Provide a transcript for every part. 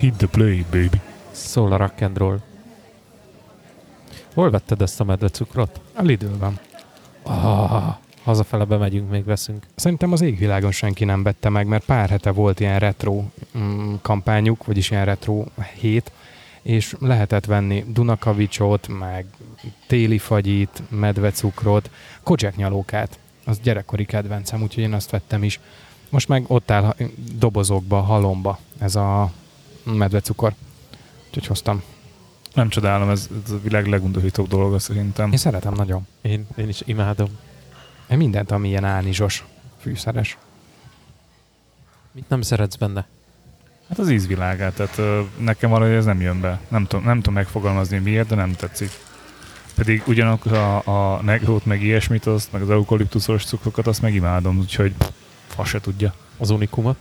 Hit the play, baby. Szól a rock and roll. Hol vetted ezt a medvecukrot? A Lidl-ben. Hazafele bemegyünk, még veszünk. Szerintem az égvilágon senki nem vette meg, mert pár hete volt ilyen retro kampányuk, vagyis ilyen retro hét, és lehetett venni Dunakavicsot, meg téli fagyit, medvecukrot, kozsáknyalókát. Az gyerekkori kedvencem, úgyhogy én azt vettem is. Most meg ott áll dobozokba, halomba ez a medvecukor. Úgyhogy hoztam. Nem csodálom, ez a világ legundorítóbb dolga szerintem. Én szeretem nagyon. Én is imádom. Én mindent, ami ilyen ánizsos, fűszeres. Mit nem szeretsz benne? Hát az ízvilágát, tehát nekem valahogy ez nem jön be. Nem tudom megfogalmazni miért, de nem tetszik. Pedig ugyanakkor a negrót, meg ilyesmit, azt, meg az eukaliptuszos cukrokat, azt meg imádom, úgyhogy fa se tudja. Az unikumot?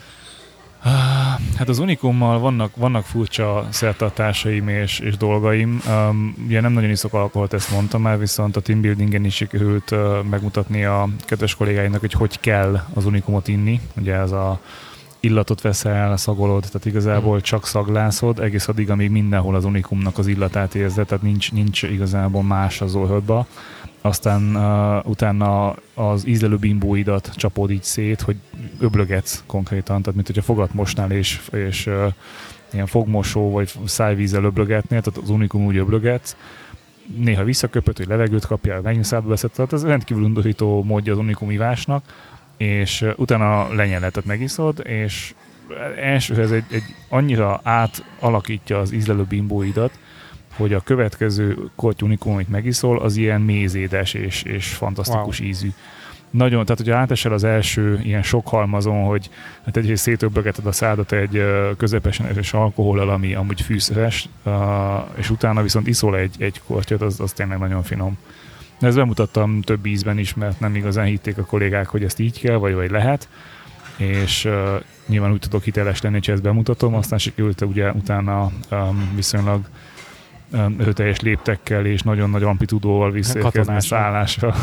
Hát az unikummal vannak furcsa szertartásaim és dolgaim. Ugye nem nagyon iszok alkoholt, ezt mondtam már, viszont a teambuildingen is sikerült megmutatni a kedves kollégáinak, hogy kell az unikumot inni. Ugye ez a illatot veszel, szagolod, tehát igazából csak szaglászod, egész addig, amíg mindenhol az unikumnak az illatát érzed, tehát nincs igazából más az orrodba. Aztán utána az ízlelő bimbóidat csapod így szét, hogy öblögetsz konkrétan, tehát mint hogyha fogat mosnál és ilyen fogmosó vagy szájvízzel öblögetnél, tehát az unikum úgy öblögetsz. Néha visszaköpöd, hogy levegőt kapjál, megint szádba veszed, tehát ez rendkívül undorító módja az unikum ivásnak, és utána lenyeled, tehát megiszod, és elsőhez egy annyira átalakítja az ízlelő bimbóidat, hogy a következő korty unikum, amit megiszol, az ilyen mézédes és fantasztikus ízű. Nagyon, tehát hogyha átesel az első ilyen sok halmazon, hogy hát egyrészt szétöblögeted a szádat egy közepesen erős alkohollal, ami amúgy fűszeres, és utána viszont iszol egy kortyot, az tényleg nagyon finom. Ezt bemutattam több ízben is, mert nem igazán hitték a kollégák, hogy ezt így kell, vagy lehet, és nyilván úgy tudok hiteles lenni, hogy ezt bemutatom, aztán sikerült ugye utána viszonylag erőteljes léptekkel és nagyon nagy amplitúdóval visszaérkezni a szállásra.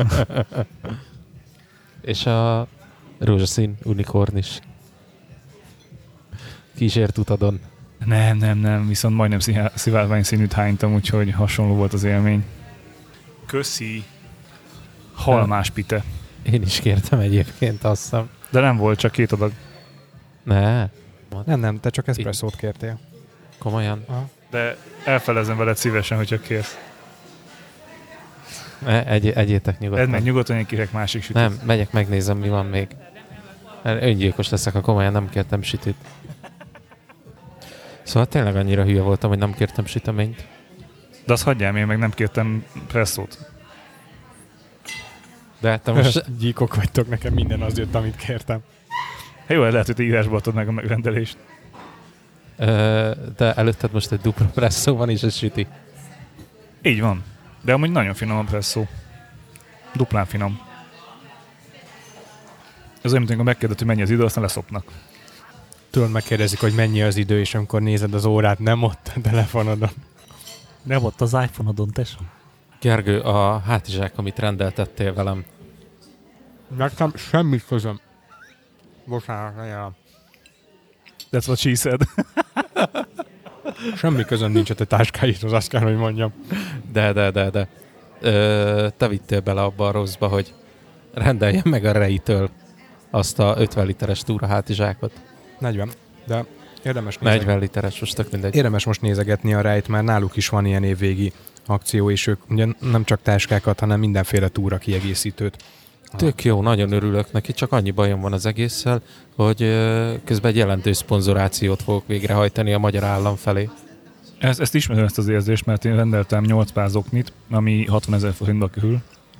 És a rózsaszín unikorn is kísért utadon. Nem, viszont majdnem szivárvány színűt hánytam, úgyhogy hasonló volt az élmény. Köszi. Halmás pite. Én is kértem egyébként, azt hiszem. De nem volt, csak 2 adag. Nem, te csak eszpresszót kértél. Komolyan? Aha. De elfelezem veled szívesen, hogyha kérsz. Egyétek nyugodtan. Edd meg nyugodtan, én kérek másik sütőt. Nem, megyek, megnézem, mi van még. Öngyilkos leszek, ha komolyan nem kértem sütőt. Szóval tényleg annyira hülye voltam, hogy nem kértem süteményt. De azt hagyjám, én meg nem kértem presszót. De te most... Gyíkok vagytok, nekem minden az jött, amit kértem. Hát jó, lehet, hogy te írásba adtad meg a megrendelést. De előtted most egy dupla presszó van, és ez süti. Így van. De amúgy nagyon finom a presszó. Duplán finom. Ez olyan, mint amikor megkérdezed, hogy mennyi az idő, aztán leszopnak. Tudod, megkérdezik, hogy mennyi az idő, és amikor nézed az órát, nem ott a telefonodon. Nem ott az iPhone-odon, tesó. Gergő, a hátizsák, amit rendeltettél velem. Nekem semmi közöm. Bocsánat, lejelem. That's what she said. Semmi közöm nincs a te táskáidhoz, azt kell, hogy mondjam. De. Te vittél bele abba a rosszba, hogy rendeljen meg a Rejtől azt a 50 literes túra hátizsákot. 40, de érdemes 40 literes, most tök mindegy. Érdemes most nézegetni a Rejt, mert náluk is van ilyen évvégi akció, és ők ugye nem csak táskákat, hanem mindenféle túra kiegészítőt. Tök jó, nagyon örülök neki, csak annyi bajom van az egésszel, hogy közben egy jelentős szponzorációt fogok végrehajtani a magyar állam felé. Ezt ismerem, ezt az érzést, mert én rendeltem 8 pár zoknit, ami 60 000 forintba kerül.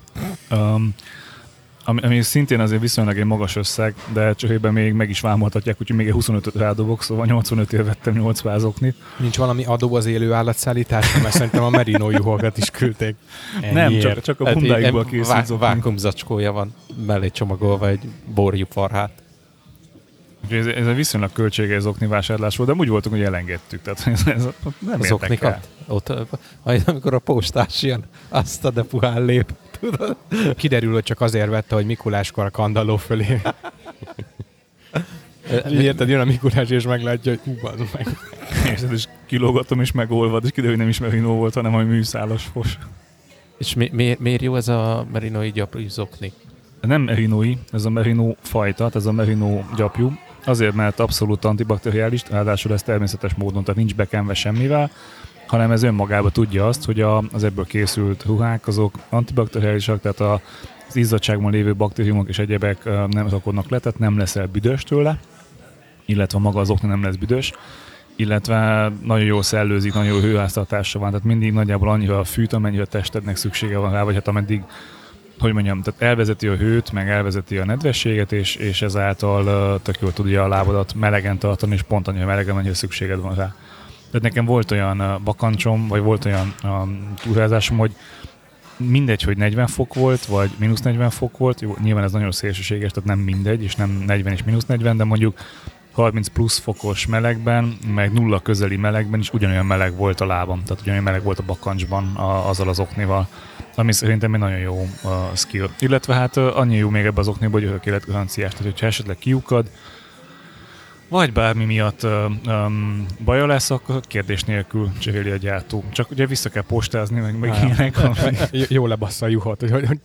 Ami szintén azért viszonylag egy magas összeg, de cserébe még meg is vámoltatják, úgyhogy még egy 25-öt rádobok, szóval 85-ért vettem 8 pár zoknit. Nincs valami adó az élő állatszállításra, mert szerintem a merino juhokat is küldték. Nem, csak a bundáikból készült zokni. Vákumzacskója van, mellé csomagolva egy borjú farhát. Ez egy viszonylag költséges zokni vásárlás volt, de úgy voltunk, hogy elengedtük. Tehát ez nem az oknikat? Ott, majd amikor a postás jön, azt a de puhán lép, tudod? Kiderül, hogy csak azért vette, hogy Mikuláskor a kandalló fölé. Érted, jön a Mikulás, és meglátja, hogy bazd meg. És kilógatom, és megolvad, és kiderül, hogy nem is merino volt, hanem a műszálas fos. És miért jó ez a merinói gyapjú zokni? Nem merinói, ez a merino fajta, ez a merino gyapjú. Azért, mert abszolút antibakteriális, ráadásul ez természetes módon, tehát nincs bekenve semmivel, hanem ez önmagában tudja azt, hogy az ebből készült ruhák azok antibakteriálisak, tehát az izzadságban lévő baktériumok és egyebek nem rakodnak le, tehát nem leszel büdös tőle, illetve maga az okni nem lesz büdös, illetve nagyon jól szellőzik, nagyon jó hőháztartása van, tehát mindig nagyjából annyira fűt, amennyire a testednek szüksége van rá, vagy hát ameddig, hogy mondjam, tehát elvezeti a hőt, meg elvezeti a nedvességet, és ezáltal tök jól tudja a lábadat melegen tartani, és pont annyira melegen, amennyire szükséged van rá. Tehát nekem volt olyan bakancsom, vagy volt olyan túrázásom, hogy mindegy, hogy 40 fok volt, vagy mínusz 40 fok volt, jó, nyilván ez nagyon szélsőséges, tehát nem mindegy, és nem 40 és mínusz 40, de mondjuk 30 plusz fokos melegben, meg nulla közeli melegben is ugyanolyan meleg volt a lábam, tehát ugyanolyan meleg volt a bakancsban azzal az oknival, ami szerintem egy nagyon jó skill. Illetve hát annyi jó még ebbe az okniból, hogy örök életgaranciás, tehát hogyha esetleg kiukad, vagy bármi miatt baja lesz, akkor kérdés nélkül cseréli a gyártó. Csak ugye vissza kell postázni, meg ilyenek. Jó lebassza a juhot,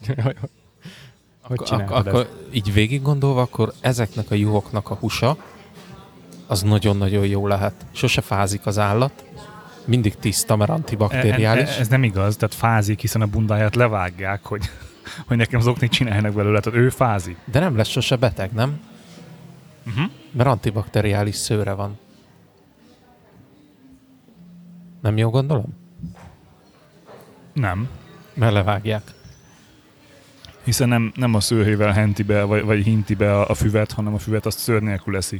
hogy csinálod akkor így végig gondolva, akkor ezeknek a juhoknak a húsa az nagyon-nagyon jó lehet. Sose fázik az állat, mindig tiszta, mert antibakteriális. Ez nem igaz, tehát fázik, hiszen a bundáját levágják, hogy nekem az oknit csináljanak belőle, tehát ő fázik. De nem lesz sose beteg, nem? Uh-huh. Mert antibakteriális szőre van. Nem jó gondolom? Nem. Mert levágják. Hiszen nem a szőrével henti be, vagy hinti be a füvet, hanem a füvet azt szőr nélkül eszi.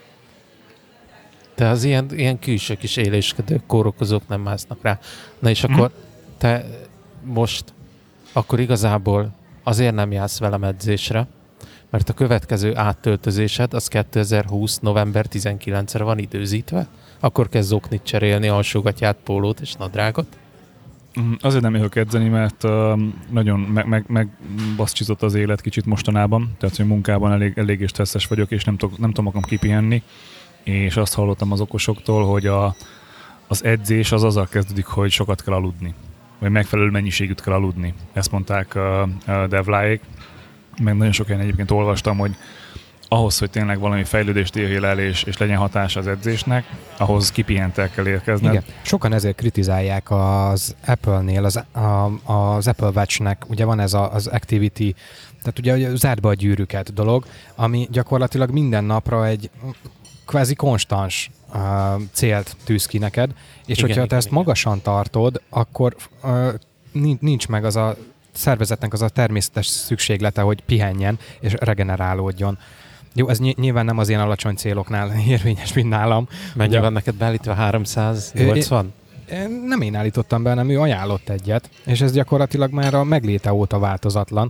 De az ilyen külső kis éléskedő kórokozók nem másznak rá. Na és akkor te most akkor igazából azért nem jársz velem edzésre, mert a következő áttöltözésed az 2020. november 19-re van időzítve, akkor kezd zoknit cserélni, alsógatyát, pólót és nadrágot. Azért nem jövök edzeni, mert nagyon megbaszcsizott az élet kicsit mostanában, tehát hogy munkában eléggé stresszes vagyok, és nem tudom magam kipihenni, és azt hallottam az okosoktól, hogy az edzés az azzal kezdődik, hogy sokat kell aludni, vagy megfelelő mennyiségűt kell aludni. Ezt mondták a Devláék, meg nagyon sok helyen egyébként olvastam, hogy ahhoz, hogy tényleg valami fejlődést érjél el, és legyen hatása az edzésnek, ahhoz kipihentel kell érkezned. Igen. Sokan ezért kritizálják az Apple-nél, az Apple Watch-nek, ugye van ez az Activity, tehát ugye zárd be a gyűrűket dolog, ami gyakorlatilag minden napra egy kvázi konstans célt tűz ki neked, és hogyha te ezt magasan tartod, akkor nincs meg az a szervezetnek az a természetes szükséglete, hogy pihenjen és regenerálódjon. Jó, ez nyilván nem az ilyen alacsony céloknál érvényes, mint nálam. Mennyi van neked beállítva? 380? Nem én állítottam be, hanem ő ajánlott egyet, és ez gyakorlatilag már a megléte óta változatlan.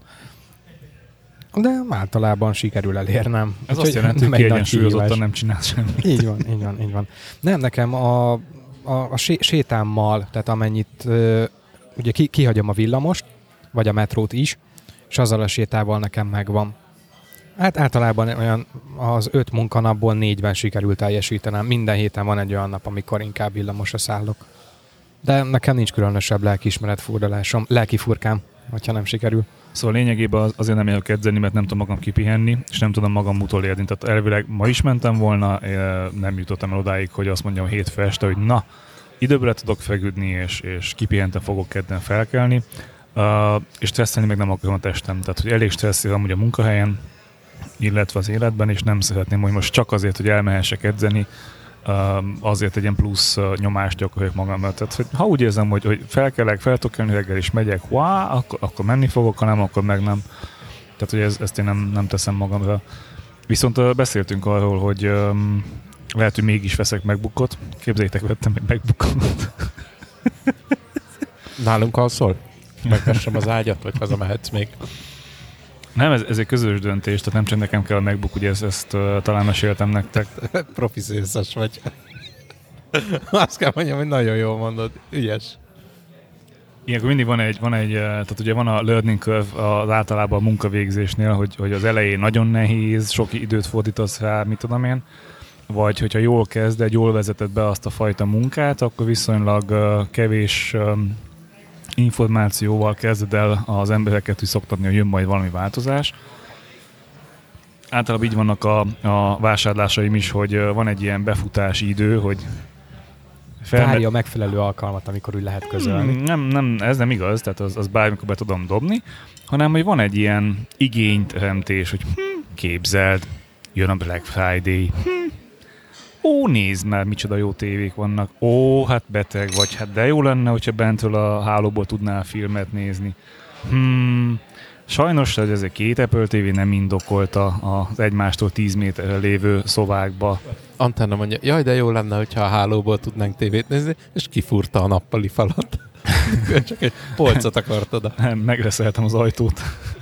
De általában sikerül elérnem. Ez azt jelenti, hogy kiegyensúlyozottan nem csinálsz semmit. Így van. Nem, nekem a sétámmal, tehát amennyit ugye kihagyom a villamost, vagy a metrót is, és azzal a sétával nekem megvan. Hát általában olyan az 5 munkanapból 4-ben sikerült teljesítenem. Minden héten van egy olyan nap, amikor inkább villamosra szállok. De nekem nincs különösebb lelkiismeretfurdalásom, lelkifurkám, hogyha nem sikerül. Szóval lényegében azért nem jövök edzeni, mert nem tudom magam kipihenni, és nem tudom magam utolérni. Tehát elvileg ma is mentem volna, nem jutottam el odáig, hogy azt mondjam hétfő este, hogy na, időbre tudok feküdni, és kipihenten fogok kedden felkelni, és stresszelni meg nem akarom a testem. Tehát, hogy elég stresszél amúgy a munkahelyen, illetve az életben, és nem szeretném, hogy most csak azért, hogy elmehessek edzeni, azért egy ilyen plusz nyomást gyakoroljuk magamra. Tehát, hogy ha úgy érzem, hogy felkelek, fel tudok kelni reggel, és megyek, akkor menni fogok, ha nem, akkor meg nem. Tehát, hogy ezt én nem teszem magamra. Viszont beszéltünk arról, hogy lehet, hogy mégis veszek MacBookot. Képzeljétek, vettem egy MacBookot. Nálunk alszol? Megvessem az ágyat, vagy hazamehetsz még? Nem, ez egy közös döntés, tehát nem csak nekem kell a MacBook, ugye ezt talán meséltem nektek. Profi szélszes vagy. Azt kell mondjam, hogy nagyon jól mondod. Ügyes. Ilyenkor mindig tehát ugye van a learning curve az általában a munkavégzésnél, hogy az elején nagyon nehéz, sok időt fordítasz rá, mit tudom én, vagy hogyha jól kezded, jól vezeted be azt a fajta munkát, akkor viszonylag kevés információval kezded el az embereket is szoktatni, hogy jön majd valami változás. Általában így vannak a vásárlásaim is, hogy van egy ilyen befutási idő, hogy várja a megfelelő alkalmat, amikor úgy lehet közölni. Nem, ez nem igaz, tehát az bármikor be tudom dobni, hanem hogy van egy ilyen igényteremtés, hogy képzeld, jön a Black Friday, ó, nézd már, micsoda jó tévék vannak, ó, hát beteg vagy, hát de jó lenne, hogyha bentről a hálóból tudnál filmet nézni. Sajnos, hogy ez egy 2 Apple TV nem indokolta az egymástól 10 méterre lévő szobákba. Antenna mondja, jaj, de jó lenne, hogyha a hálóból tudnánk tévét nézni, és kifúrta a nappali falat. Csak egy polcot akart oda. Megreszeltem az ajtót.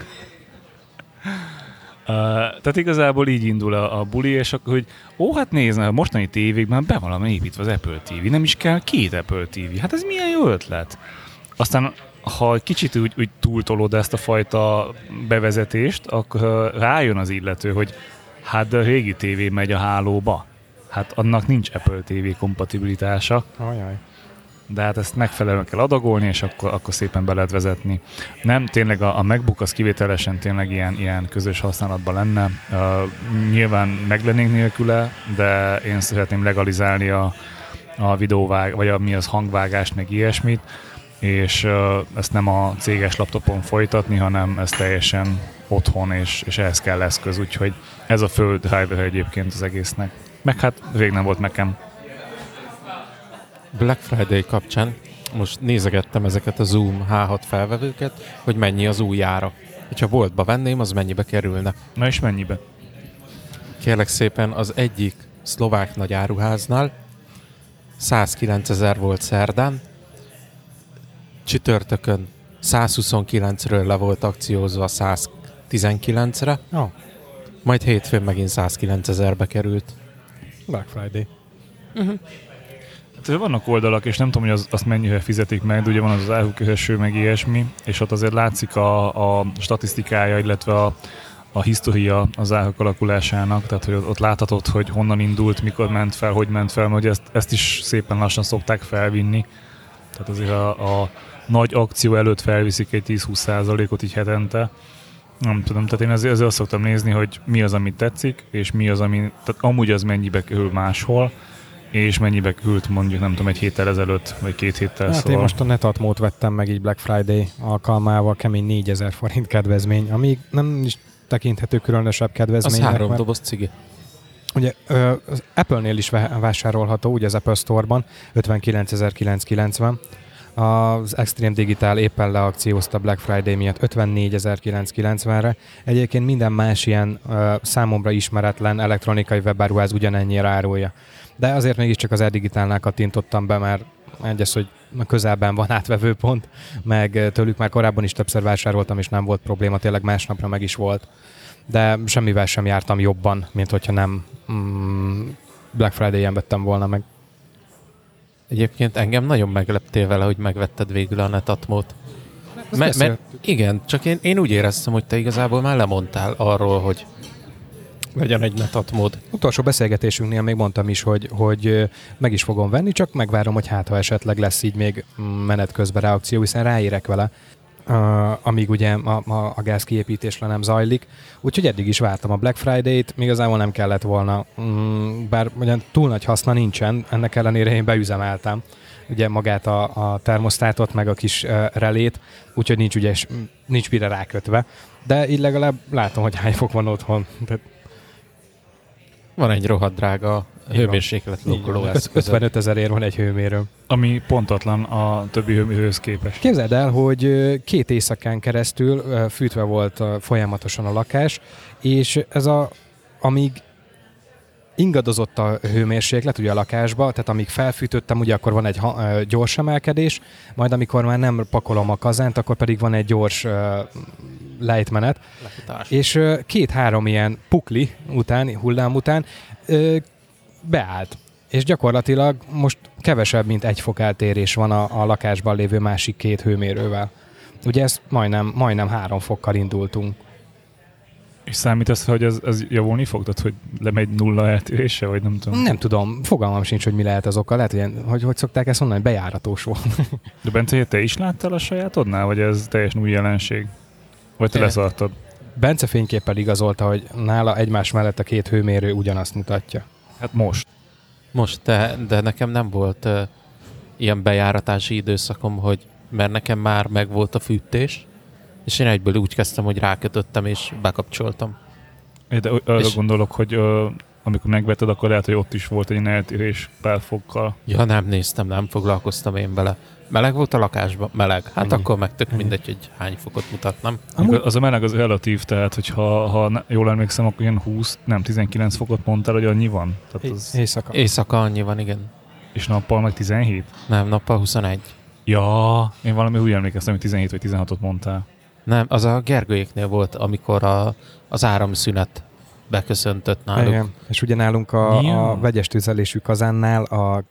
Tehát igazából így indul a buli, és akkor, hogy hát nézd, a mostani tévékben be van építve az Apple TV, nem is kell 2 Apple TV. Hát ez milyen jó ötlet. Aztán ha kicsit úgy túltolod ezt a fajta bevezetést, akkor rájön az illető, hogy hát de a régi tévé megy a hálóba. Hát annak nincs Apple TV kompatibilitása. Ajaj. De hát ezt megfelelően kell adagolni, és akkor szépen be lehet vezetni. Nem, tényleg a MacBook az kivételesen tényleg ilyen közös használatban lenne. Nyilván meg lennénk nélküle, de én szeretném legalizálni a videóvág, vagy mi az hangvágást, meg ilyesmit, és ezt nem a céges laptopon folytatni, hanem ezt teljesen otthon, és ehhez kell eszköz, úgyhogy ez a fő driver egyébként az egésznek. Meg hát rég nem volt nekem. Black Friday kapcsán most nézegettem ezeket a Zoom H6 felvevőket, hogy mennyi az új ára. Ha boltba venném, az mennyibe kerülne? Na és mennyibe? Kérlek szépen, az egyik szlovák nagy áruháznál 109 000 volt szerdán, csütörtökön 129-ről le volt akciózva 119-re, majd hétfőn megint 109 000-be került. Black Friday. Hát, vannak oldalak, és nem tudom, hogy azt mennyire fizetik meg, de ugye van az árukereső, meg ilyesmi, és ott azért látszik a statisztikája, illetve a hisztória az árak alakulásának, tehát hogy ott láthatod, hogy honnan indult, mikor ment fel, hogy ment fel, mert ezt is szépen lassan szokták felvinni. Tehát azért a nagy akció előtt felviszik egy 10-20%-ot így hetente. Nem tudom, tehát én azért azt szoktam nézni, hogy mi az, amit tetszik, és mi az, ami, tehát amúgy az mennyibe kerül máshol, és mennyibe került mondjuk, nem tudom, egy héttel ezelőtt, vagy 2 héttel. Hát szóval. Én most a Netatmót vettem meg így Black Friday alkalmával, kemény 4000 forint kedvezmény, ami nem is tekinthető különösebb kedvezménynek. Az 3 doboz cigi. Ugye az Apple-nél is vásárolható, ugye az Apple Store-ban 59.990. Az Extreme Digital éppen leakciózta Black Friday miatt 54.990-re. Egyébként minden más ilyen számomra ismeretlen elektronikai webáruház ugyanennyire árulja. De azért mégiscsak az e-digitálnál kattintottam be, mert egyes, hogy közelben van átvevőpont, meg tőlük már korábban is többször vásároltam, és nem volt probléma, tényleg másnapra meg is volt. De semmivel sem jártam jobban, mint hogyha nem Black Friday-en vettem volna meg. Egyébként engem nagyon megleptél vele, hogy megvetted végül a Netatmót. Mert igen, csak én úgy éreztem, hogy te igazából már lemondtál arról, hogy legyen egy Netatmód. Utolsó beszélgetésünknél még mondtam is, hogy meg is fogom venni, csak megvárom, hogy hát ha esetleg lesz így még menet közben reakció, hiszen ráérek vele, amíg ugye a gázkiépítés le nem zajlik. Úgyhogy eddig is vártam a Black Friday-t, még igazából nem kellett volna, bár ugyan túl nagy haszna nincsen, ennek ellenére én beüzemeltem ugye magát a termosztátot, meg a kis relét, úgyhogy nincs mire rákötve. De így legalább látom, hogy hány fok van otthon. Van egy rohadt drága hőmérséklet lokkoló eszköz. 55 000 van egy hőmérő. Ami pontatlan a többi hőmérőhöz képest. Képzeld el, hogy 2 éjszakán keresztül fűtve volt folyamatosan a lakás, és amíg ingadozott a hőmérséklet ugye a lakásba, tehát amíg felfűtöttem, ugye akkor van egy gyors emelkedés, majd amikor már nem pakolom a kazánt, akkor pedig van egy gyors lejtmenet. Lefutás. És 2-3 ilyen pukli után, hullám után beállt. És gyakorlatilag most kevesebb, mint 1 fok eltérés van a lakásban lévő másik 2 hőmérővel. Ugye ezt majdnem 3 fokkal indultunk. És számítasz fel, hogy ez javulni fog? Tehát, hogy lemegy 0 eltérése, vagy nem tudom? Nem tudom, fogalmam sincs, hogy mi lehet az oka. Lehet, hogy szokták ezt mondani, hogy bejáratos volt. De Bence, te is láttál a sajátodnál, vagy ez teljesen új jelenség? Vagy te leszartad? Bence fényképpel igazolta, hogy nála egymás mellett a 2 hőmérő ugyanazt mutatja. Hát most. Most, de nekem nem volt ilyen bejáratási időszakom, mert nekem már megvolt a fűtés, és én egyből úgy kezdtem, hogy rákötöttem és bekapcsoltam. De arra gondolok, hogy amikor megvetted, akkor lehet, hogy ott is volt egy eltérés pár fokkal. Ja, nem néztem, nem foglalkoztam én vele. Meleg volt a lakásban? Meleg. Hát akkor meg tök mindegy, hogy hány fokot mutat, nem? Az a meleg az relatív, tehát hogyha jól emlékszem, akkor ilyen 19 fokot mondtál, hogy annyi van? Tehát az... Éjszaka annyi van, igen. És nappal meg 17? Nem, nappal 21. Ja, én valami úgy emlékeztem, hogy 17 vagy 16-ot mondtál. Nem, az a Gergőjéknél volt, amikor az áramszünet beköszöntött náluk. Igen. És ugye nálunk a vegyes tüzelésű kazánnál a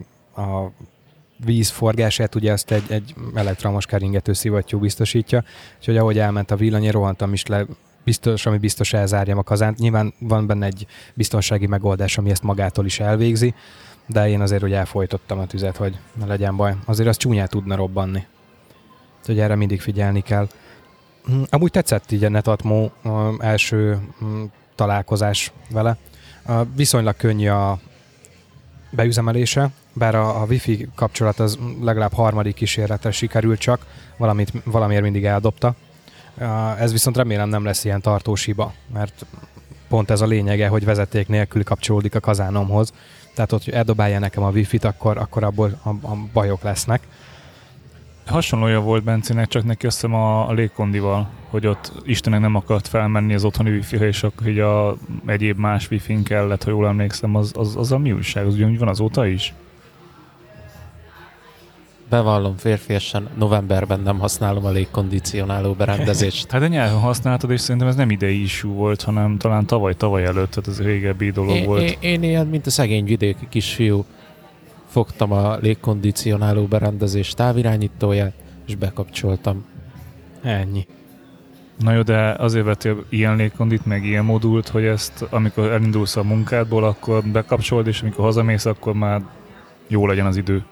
víz forgását ugye azt egy elektromos keringető szivattyú biztosítja, úgyhogy ahogy elment a villany, én rohantam is le, ami biztos elzárjam a kazánt. Nyilván van benne egy biztonsági megoldás, ami ezt magától is elvégzi, de én azért hogy elfojtottam a tüzet, hogy ne legyen baj. Azért az csúnyán tudna robbanni. Úgyhogy erre mindig figyelni kell. Amúgy tetszett így a Netatmo első találkozás vele. Viszonylag könnyű a beüzemelése, bár a Wi-Fi kapcsolat az legalább 3. kísérletre sikerült csak, valamiért mindig eldobta. Ez viszont remélem nem lesz ilyen tartós hiba, mert pont ez a lényege, hogy vezeték nélkül kapcsolódik a kazánomhoz. Tehát ott, hogy eldobálja nekem a Wi-Fi-t, akkor abból a bajok lesznek. Hasonlója volt Bencének, csak neki azt hiszem a légkondival, hogy ott Istenek nem akart felmenni az otthoni wifi-re, és akkor így a egyéb más wifi-n kellett, ha jól emlékszem, az a mi újság? Az ugyanúgy van azóta is? Bevallom férfiasan, novemberben nem használom a légkondicionáló berendezést. Hát de nyáron használtad, és szerintem ez nem idei issue volt, hanem talán tavaly előtt, tehát ez régebbi dolog volt. Én ilyen, mint a szegény vidéki kisfiú, fogtam a légkondicionáló berendezés távirányítóját, és bekapcsoltam. Ennyi. Na jó, de azért vettél ilyen légkondit, meg ilyen modult, hogy ezt, amikor elindulsz a munkádból, akkor bekapcsolod, és amikor hazamész, akkor már jó legyen az idő.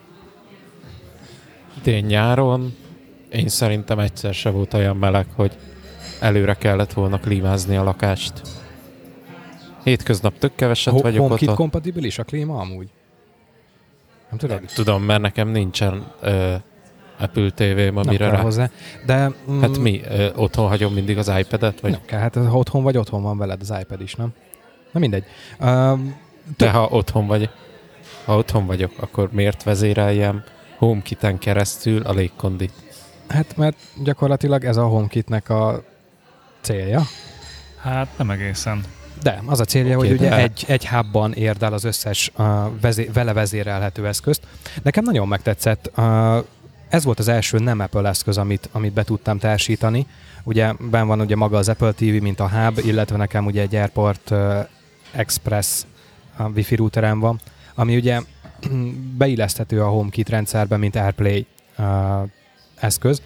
Idén nyáron én szerintem egyszer se volt olyan meleg, hogy előre kellett volna klímázni a lakást. Hétköznap tök keveset vagyok otthon. HomeKit kompatibilis a klíma amúgy? Nem tudod? Nem tudom, mert nekem nincsen Apple TV-m, amire rá... hozzá. De, Hát mi? Otthon hagyom mindig az iPad-et? Vagy? Nem kell, hát ha otthon vagy, otthon van veled az iPad is, nem? Na mindegy. De ha otthon vagyok, akkor miért vezéreljem HomeKit-en keresztül a légkondit? Hát mert gyakorlatilag ez a HomeKitnek a célja. Hát nem egészen. De az a célja, hogy ugye egy hubban érd el az összes vele vezérelhető eszközt. Nekem nagyon megtetszett. Ez volt az első nem Apple eszköz, amit be tudtam társítani. Ugye benn van ugye maga az Apple TV, mint a hub, illetve nekem ugye egy Airport Express Wi-Fi routerem van, ami ugye beilleszthető a HomeKit rendszerbe, mint AirPlay eszköz.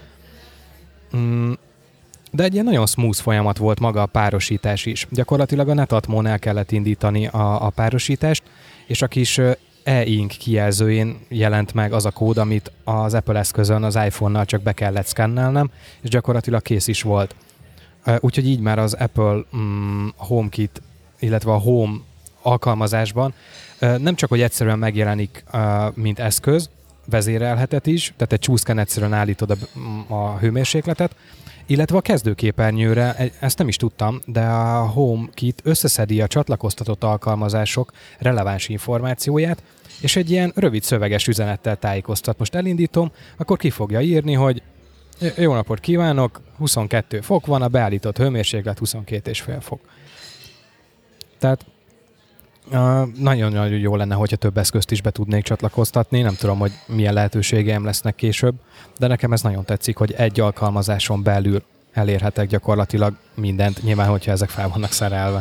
De egy ilyen nagyon smooth folyamat volt maga a párosítás is. Gyakorlatilag a Netatmon el kellett indítani a párosítást, és a kis e-ink kijelzőjén jelent meg az a kód, amit az Apple eszközön, az iPhone-nal csak be kellett szkennelnem, és gyakorlatilag kész is volt. Úgyhogy így már az Apple HomeKit, illetve a Home alkalmazásban nem csak, hogy egyszerűen megjelenik, mint eszköz, vezérelheted is, tehát egy csúszkán egyszerűen állítod a hőmérsékletet, illetve a kezdőképernyőre, ezt nem is tudtam, de a HomeKit összeszedi a csatlakoztatott alkalmazások releváns információját, és egy ilyen rövid szöveges üzenettel tájékoztat. Most elindítom, akkor ki fogja írni, hogy jó napot kívánok, 22 fok van, a beállított hőmérséklet 22,5 fok. Tehát nagyon-nagyon jó lenne, hogyha több eszközt is be tudnék csatlakoztatni. Nem tudom, hogy milyen lehetőségeim lesznek később, de nekem ez nagyon tetszik, hogy egy alkalmazáson belül elérhetek gyakorlatilag mindent, nyilván, hogyha ezek fel vannak szerelve.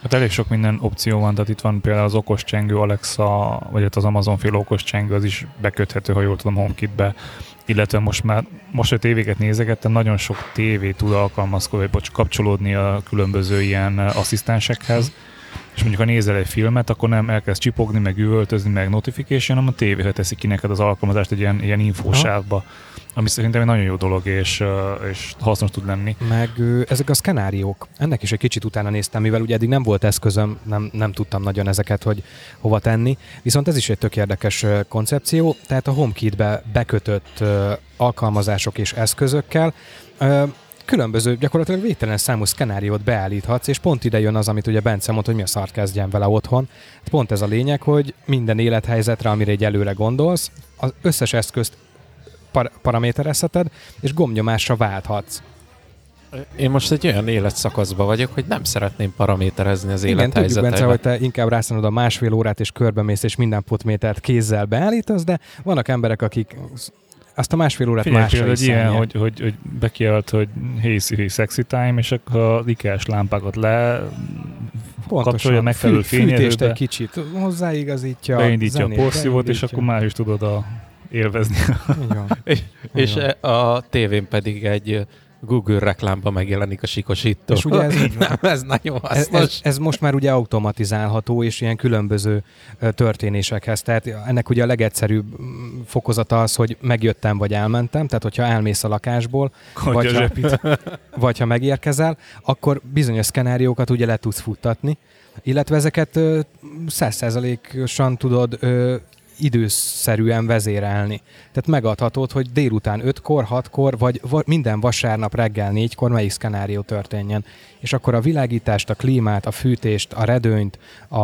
Hát elég sok minden opció van, tehát itt van például az okos csengő Alexa, vagy az Amazon féle okos csengő, az is beköthető, ha jól tudom, HomeKit-be, illetve most a tévéket nézegettem, nagyon sok tévé tud alkalmazkodni, vagy kapcsolódni a különböző ilyen asszisztensekhez, és mondjuk ha nézel egy filmet, akkor nem elkezd csipogni, meg üvöltözni, meg notification, hanem a tévéhez teszi ki neked az alkalmazást egy ilyen infósávba, ami szerintem egy nagyon jó dolog, és hasznos tud lenni. Meg ezek a szkenáriók. Ennek is egy kicsit utána néztem, mivel ugye eddig nem volt eszközöm, nem tudtam nagyon ezeket, hogy hova tenni. Viszont ez is egy tök érdekes koncepció, tehát a HomeKit-be bekötött alkalmazások és eszközökkel különböző, gyakorlatilag végtelen számú szkenáriót beállíthatsz, és pont ide jön az, amit ugye Bence mondta, hogy mi a szart kezdjen vele otthon. Pont ez a lényeg, hogy minden élethelyzetre, amire egy előre gondolsz, az összes eszközt paraméterezheted, és gombnyomásra válthatsz. Én most egy olyan életszakaszban vagyok, hogy nem szeretném paraméterezni az élethelyzetet. Igen, tudjuk, Bence, hogy te inkább rászánod a 1,5 órát, és körbemész, és minden potmétert kézzel beállítasz, de vannak emberek, akik azt a 1,5 órát másra is ilyen, hogy bekijelölt, hogy hey Siri, sexy time, és akkor az IKEA-s lámpákat kapcsolja megfelelő fényerőbe. Fűtést egy kicsit hozzáigazítja. Beindítja a porszívót, és akkor már is tudod élvezni. És a tévén pedig egy Google reklámban megjelenik a sikosító. És ugye ez nagyon hasznos. Ez most már ugye automatizálható, és ilyen különböző történésekhez. Tehát ennek ugye a legegyszerűbb fokozata az, hogy megjöttem, vagy elmentem. Tehát, hogyha elmész a lakásból, vagy ha megérkezel, akkor bizonyos szkenáriókat ugye le tudsz futtatni, illetve ezeket 100%-osan tudod időszerűen vezérelni. Tehát megadhatod, hogy délután 5-kor, 6-kor, vagy minden vasárnap reggel 4-kor melyik szkenárió történjen. És akkor a világítást, a klímát, a fűtést, a redőnyt,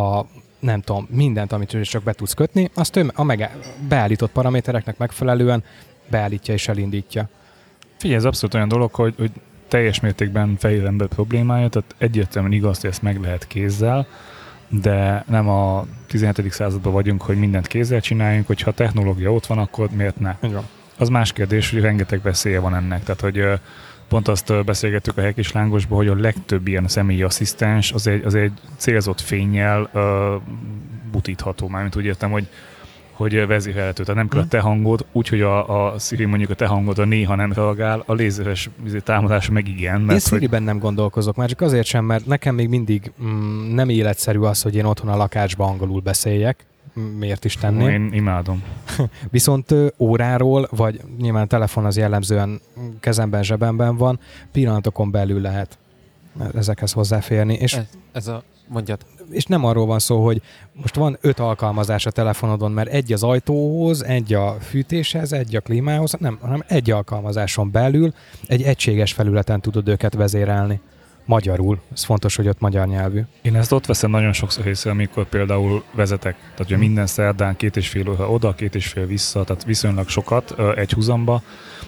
nem tudom, mindent, amit csak be tudsz kötni, azt beállított paramétereknek megfelelően beállítja és elindítja. Figyelj, ez abszolút olyan dolog, hogy teljes mértékben fehér ember problémája, tehát egyértelműen igaz, hogy ezt meg lehet kézzel, de nem a 17. században vagyunk, hogy mindent kézzel csináljunk, hogyha a technológia ott van, akkor miért ne? Igen. Az más kérdés, hogy rengeteg veszélye van ennek. Tehát, hogy pont azt beszélgettük a Hekis Lángosban, hogy a legtöbb ilyen személyi asszisztens az egy célzott fénnyel butítható. Mármint úgy értem, hogy vezérelhető. Tehát nem kell a te hangod, úgyhogy a Siri mondjuk a te hangodra néha nem reagál, a lézeres támadás meg igen. Én Siriben nem gondolkozok, már csak azért sem, mert nekem még mindig nem életszerű az, hogy én otthon a lakásban angolul beszéljek. Miért is tenném? Én imádom. Viszont óráról, vagy nyilván a telefon az jellemzően kezemben, zsebemben van, pillanatokon belül lehet ezekhez hozzáférni. És mondjad. És nem arról van szó, hogy most van 5 alkalmazás a telefonodon, mert egy az ajtóhoz, egy a fűtéshez, egy a klímához, nem, hanem egy alkalmazáson belül egy egységes felületen tudod őket vezérelni. Magyarul. Ez fontos, hogy ott magyar nyelvű. Én ezt ott veszem nagyon sokszor észre, amikor például vezetek. Tehát ugye minden szerdán 2,5 óra oda, 2,5 vissza, tehát viszonylag sokat egy húzamba,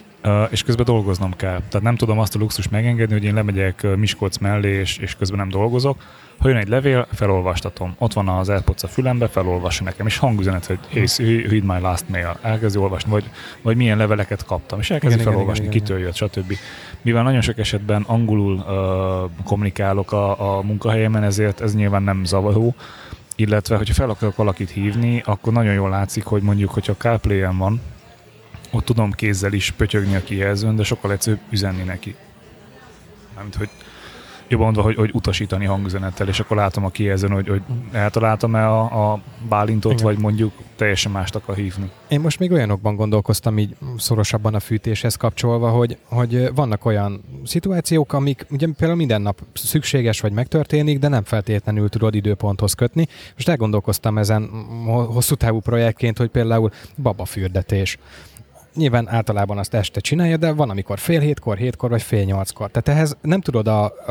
és közben dolgoznom kell. Tehát nem tudom azt a luxus megengedni, hogy én lemegyek Miskolc mellé, és közben nem dolgozok. Ha jön egy levél, felolvastatom. Ott van az AirPods a fülembe, felolvassa nekem, és hangüzenet, hogy hey, read my last mail. Elkezdi olvasni, vagy milyen leveleket kaptam, és elkezdi felolvasni, kitől jött, stb. Mivel nagyon sok esetben angolul kommunikálok a munkahelyemen, ezért ez nyilván nem zavaró, illetve, hogyha fel akarok valakit hívni, akkor nagyon jól látszik, hogy mondjuk, hogyha CarPlay-en van, ott tudom kézzel is pötyögni a kijelzőn, de sokkal egyszerűbb üzenni neki. Mármint, hogy jobban mondva, hogy utasítani hangüzenettel, és akkor látom a kijelzőn, hogy eltaláltam-e a bálintot, igen, vagy mondjuk teljesen mást akar hívni. Én most még olyanokban gondolkoztam így szorosabban a fűtéshez kapcsolva, hogy vannak olyan szituációk, amik ugye például minden nap szükséges vagy megtörténik, de nem feltétlenül tudod időponthoz kötni. Most elgondolkoztam ezen hosszú távú projektként, hogy például babafürdetés. Nyilván általában azt este csinálja, de van, amikor 6:30, 7-kor vagy 7:30. Tehát ehhez nem tudod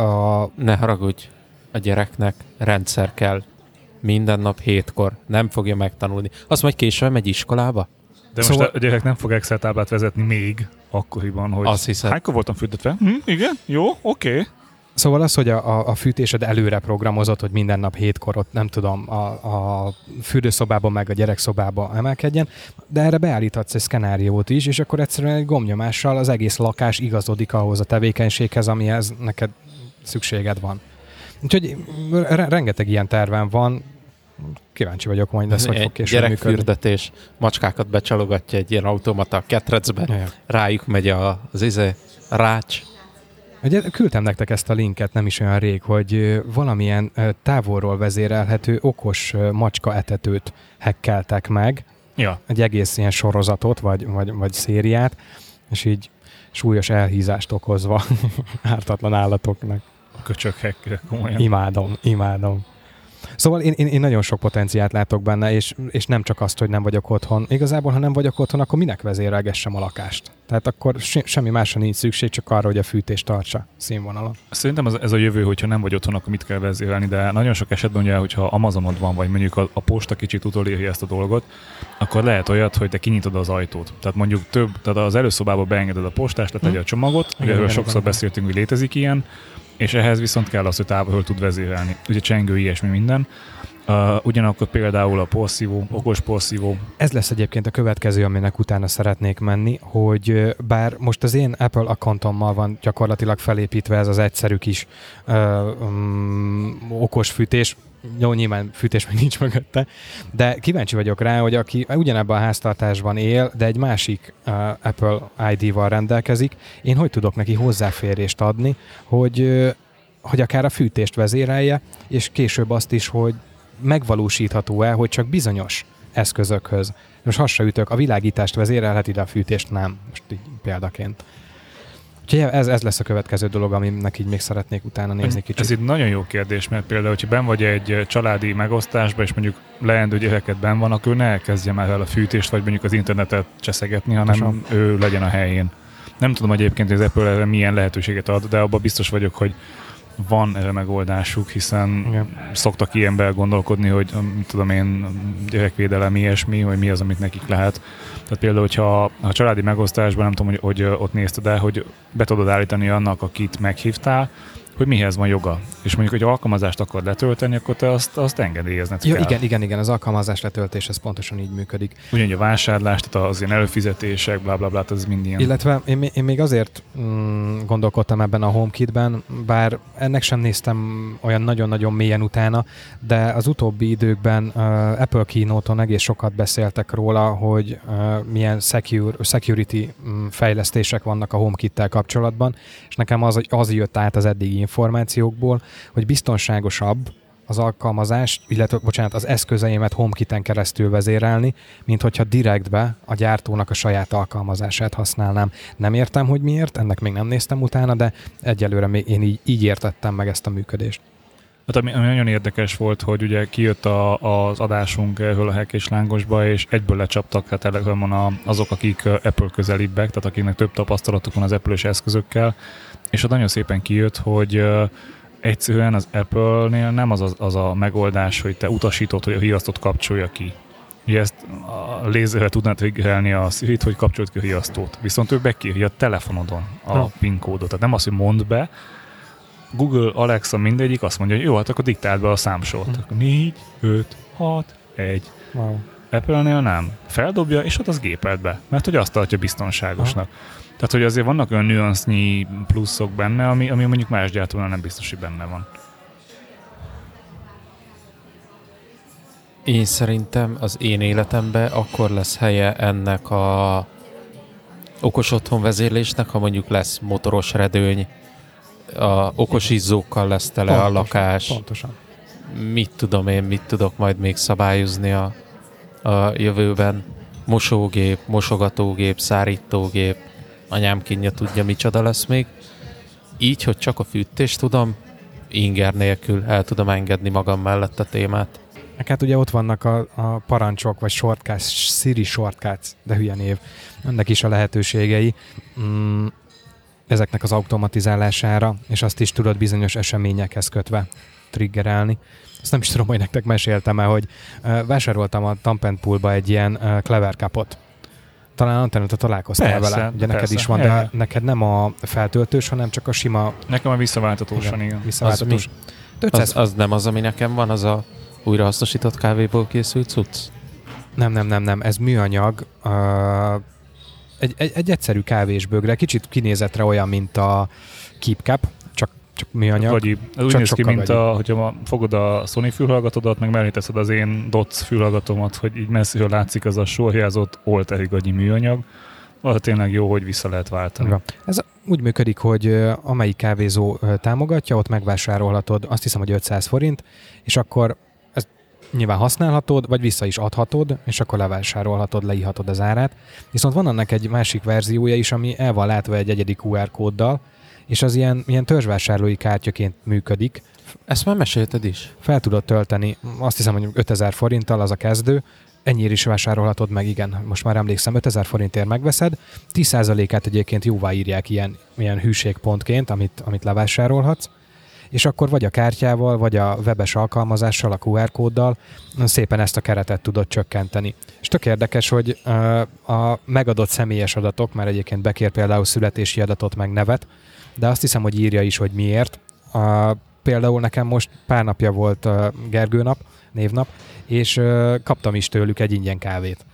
Ne haragudj, a gyereknek rendszer kell. Minden nap 7-kor. Nem fogja megtanulni. Azt majd később megy iskolába? De szóval most a gyerek nem fog Excel táblát vezetni még akkoriban, hogy azt hiszed. Hánykor voltam fürdetve? Igen, jó, oké. Szóval az, hogy a fűtésed előre programozott, hogy minden nap 7-kor ott, nem tudom, a fürdőszobában meg a gyerekszobában emelkedjen, de erre beállíthatsz egy szkenáriót is, és akkor egyszerűen egy gombnyomással az egész lakás igazodik ahhoz a tevékenységhez, amihez neked szükséged van. Úgyhogy rengeteg ilyen tervem van. Kíváncsi vagyok majd, ez hogy fog később működni. Gyerekfürdetés, macskákat becsalogatja egy ilyen automata a ketrecbe, rájuk megy a rács. Ugye küldtem nektek ezt a linket nem is olyan rég, hogy valamilyen távolról vezérelhető okos macska etetőt hackeltek meg. Ja. Egy egész ilyen sorozatot, vagy szériát, és így súlyos elhízást okozva ártatlan állatoknak. A köcsög hacker, komolyan. Imádom. Szóval én nagyon sok potenciált látok benne, és nem csak azt, hogy nem vagyok otthon. Igazából, ha nem vagyok otthon, akkor minek vezérelgessem a lakást? Tehát akkor semmi másra nincs szükség, csak arra, hogy a fűtést tartsa színvonalon. Szerintem ez a jövő, hogyha nem vagy otthon, akkor mit kell vezérelni, de nagyon sok esetben ugye, hogyha Amazonod van, vagy mondjuk a posta kicsit utolérje ezt a dolgot, akkor lehet olyat, hogy te kinyitod az ajtót. Tehát mondjuk tehát az előszobába beengeded a postást, letegye a csomagot, ugye erről sokszor beszéltünk, hogy létezik ilyen, és ehhez viszont kell az, hogy távolról tud vezérelni. Ugye csengő, ilyesmi minden. Ugyanakkor például a porszívó, okos porszívó. Ez lesz egyébként a következő, aminek utána szeretnék menni, hogy bár most az én Apple accountommal van gyakorlatilag felépítve ez az egyszerű kis okos fűtés, jó, nyilván fűtés még nincs mögötte, de kíváncsi vagyok rá, hogy aki ugyanebben a háztartásban él, de egy másik Apple ID-val rendelkezik, én hogy tudok neki hozzáférést adni, hogy akár a fűtést vezérelje, és később azt is, hogy megvalósítható-e, hogy csak bizonyos eszközökhöz. Most hasraütök, a világítást vezérelheti, de a fűtést nem. Most így példaként. Úgyhogy ez lesz a következő dolog, aminek így még szeretnék utána nézni kicsit. Ez egy nagyon jó kérdés, mert például, hogyha benn vagy egy családi megosztásban, és mondjuk leendő gyereket benn van, akkor ne elkezdje már el a fűtést, vagy mondjuk az internetet cseszegetni, hanem ő legyen a helyén. Nem tudom egyébként, hogy az Apple erre milyen lehetőséget ad, de abban biztos vagyok, hogy van erre megoldásuk, hiszen szoktak ilyenben gondolkodni, hogy tudom én, gyerekvédelem ilyesmi, hogy mi az, amit nekik lehet. Tehát például, hogyha a családi megosztásban, nem tudom, hogy ott nézted el, hogy be tudod állítani annak, akit meghívtál, hogy mihez van joga. És mondjuk, hogy alkalmazást akar letölteni, akkor te azt engedélyezned kell. Igen, az alkalmazás letöltés, ez pontosan így működik. Ugyanúgy a vásárlás, tehát az ilyen előfizetések, blablabla, ez mind ilyen. Illetve én még azért gondolkodtam ebben a HomeKit-ben, bár ennek sem néztem olyan nagyon-nagyon mélyen utána, de az utóbbi időkben Apple Keynote-on egész sokat beszéltek róla, hogy milyen security fejlesztések vannak a HomeKit-tel kapcsolatban, és nekem az jött át az eddigi információkból, hogy biztonságosabb az alkalmazás, illetve, az eszközeimet HomeKit-en keresztül vezérelni, mint hogyha direktbe a gyártónak a saját alkalmazását használnám. Nem értem, hogy miért, ennek még nem néztem utána, de egyelőre még én így értettem meg ezt a működést. Hát ami nagyon érdekes volt, hogy ugye kijött az adásunk erről a hack és lángosba, és egyből lecsaptak a Telegramon azok, akik Apple közelibbek, tehát akiknek több tapasztalatuk van az Apple-ös eszközökkel, és ott nagyon szépen kijött, hogy egyszerűen az Apple-nél nem az a megoldás, hogy te utasítod, hogy a riasztót kapcsolja ki. Ugye ezt a lézerrel tudnád triggerelni a Siri-t, hogy kapcsolt ki a riasztót. Viszont ő bekírja a telefonodon a PIN kódot. Tehát nem az, hogy mondd be, Google, Alexa, mindegyik azt mondja, hogy jó, hát akkor diktáld be a számsort. 4, 5, 6, 1. Wow. Apple-nél nem. Feldobja, és ott az gépelt be. Mert hogy azt tartja biztonságosnak. Tehát, hogy azért vannak olyan nüansznyi pluszok benne, ami mondjuk más gyártónál nem biztos, hogy benne van. Én szerintem az én életemben akkor lesz helye ennek a okos otthon vezérlésnek, ha mondjuk lesz motoros redőny, a okos izzókkal lesz tele a lakás. Pontosan. Mit tudok majd még szabályozni a jövőben. Mosógép, mosogatógép, szárítógép, anyám kínja tudja, micsoda lesz még. Így, hogy csak a fűtést tudom, inger nélkül el tudom engedni magam mellett a témát. Hát ugye ott vannak a parancsok, vagy shortcuts, Siri shortcuts, de hülye név. Ennek is a lehetőségei ezeknek az automatizálására, és azt is tudod bizonyos eseményekhez kötve triggerelni. Azt nem is tudom, hogy nektek meséltem-e, hogy vásároltam a Tampenpoolba egy ilyen Clever Cupot. Talán Antenna, te találkoztál vele. Ugye neked is van, de neked nem a feltöltős, hanem csak a sima... Nekem a visszaváltatós van, igen. Visszaváltatós. Az nem az, ami nekem van, az a újrahasznosított kávéból készült cucc? Nem. Ez műanyag. Egy egyszerű kávésbögre, kicsit kinézetre olyan, mint a Keep Cup, csak Csak műanyag. Gagyi. Ez úgy Csak néz ki, sokkal mint hogyha fogod a Sony fülhallgatódat, meg mellé teszed az én DOTS fülhallgatómat, hogy így messziről látszik az a sorjázott olteri gagyi műanyag. Az tényleg jó, hogy vissza lehet váltani. Ja. Ez úgy működik, hogy amelyik kávézó támogatja, ott megvásárolhatod, azt hiszem, hogy 500 forint, és akkor ezt nyilván használhatod, vagy vissza is adhatod, és akkor levásárolhatod, leírhatod az árát. Viszont van annak egy másik verziója is, ami el van látva egy egyedi QR kóddal, és az ilyen törzsvásárlói kártyaként működik. Ezt már mesélted is. Fel tudod tölteni, azt hiszem, hogy 5000 forinttal az a kezdő, ennyire is vásárolhatod meg, igen, most már emlékszem, 5000 forintért megveszed, 10%-át egyébként jóvá írják ilyen hűségpontként, amit levásárolhatsz, és akkor vagy a kártyával, vagy a webes alkalmazással, a QR kóddal szépen ezt a keretet tudod csökkenteni. És tök érdekes, hogy a megadott személyes adatok, mert egyébként bekér például születési adatot, meg nevet, de azt hiszem, hogy írja is, hogy miért. Például nekem most pár napja volt Gergő nap, névnap, és kaptam is tőlük egy ingyen kávét.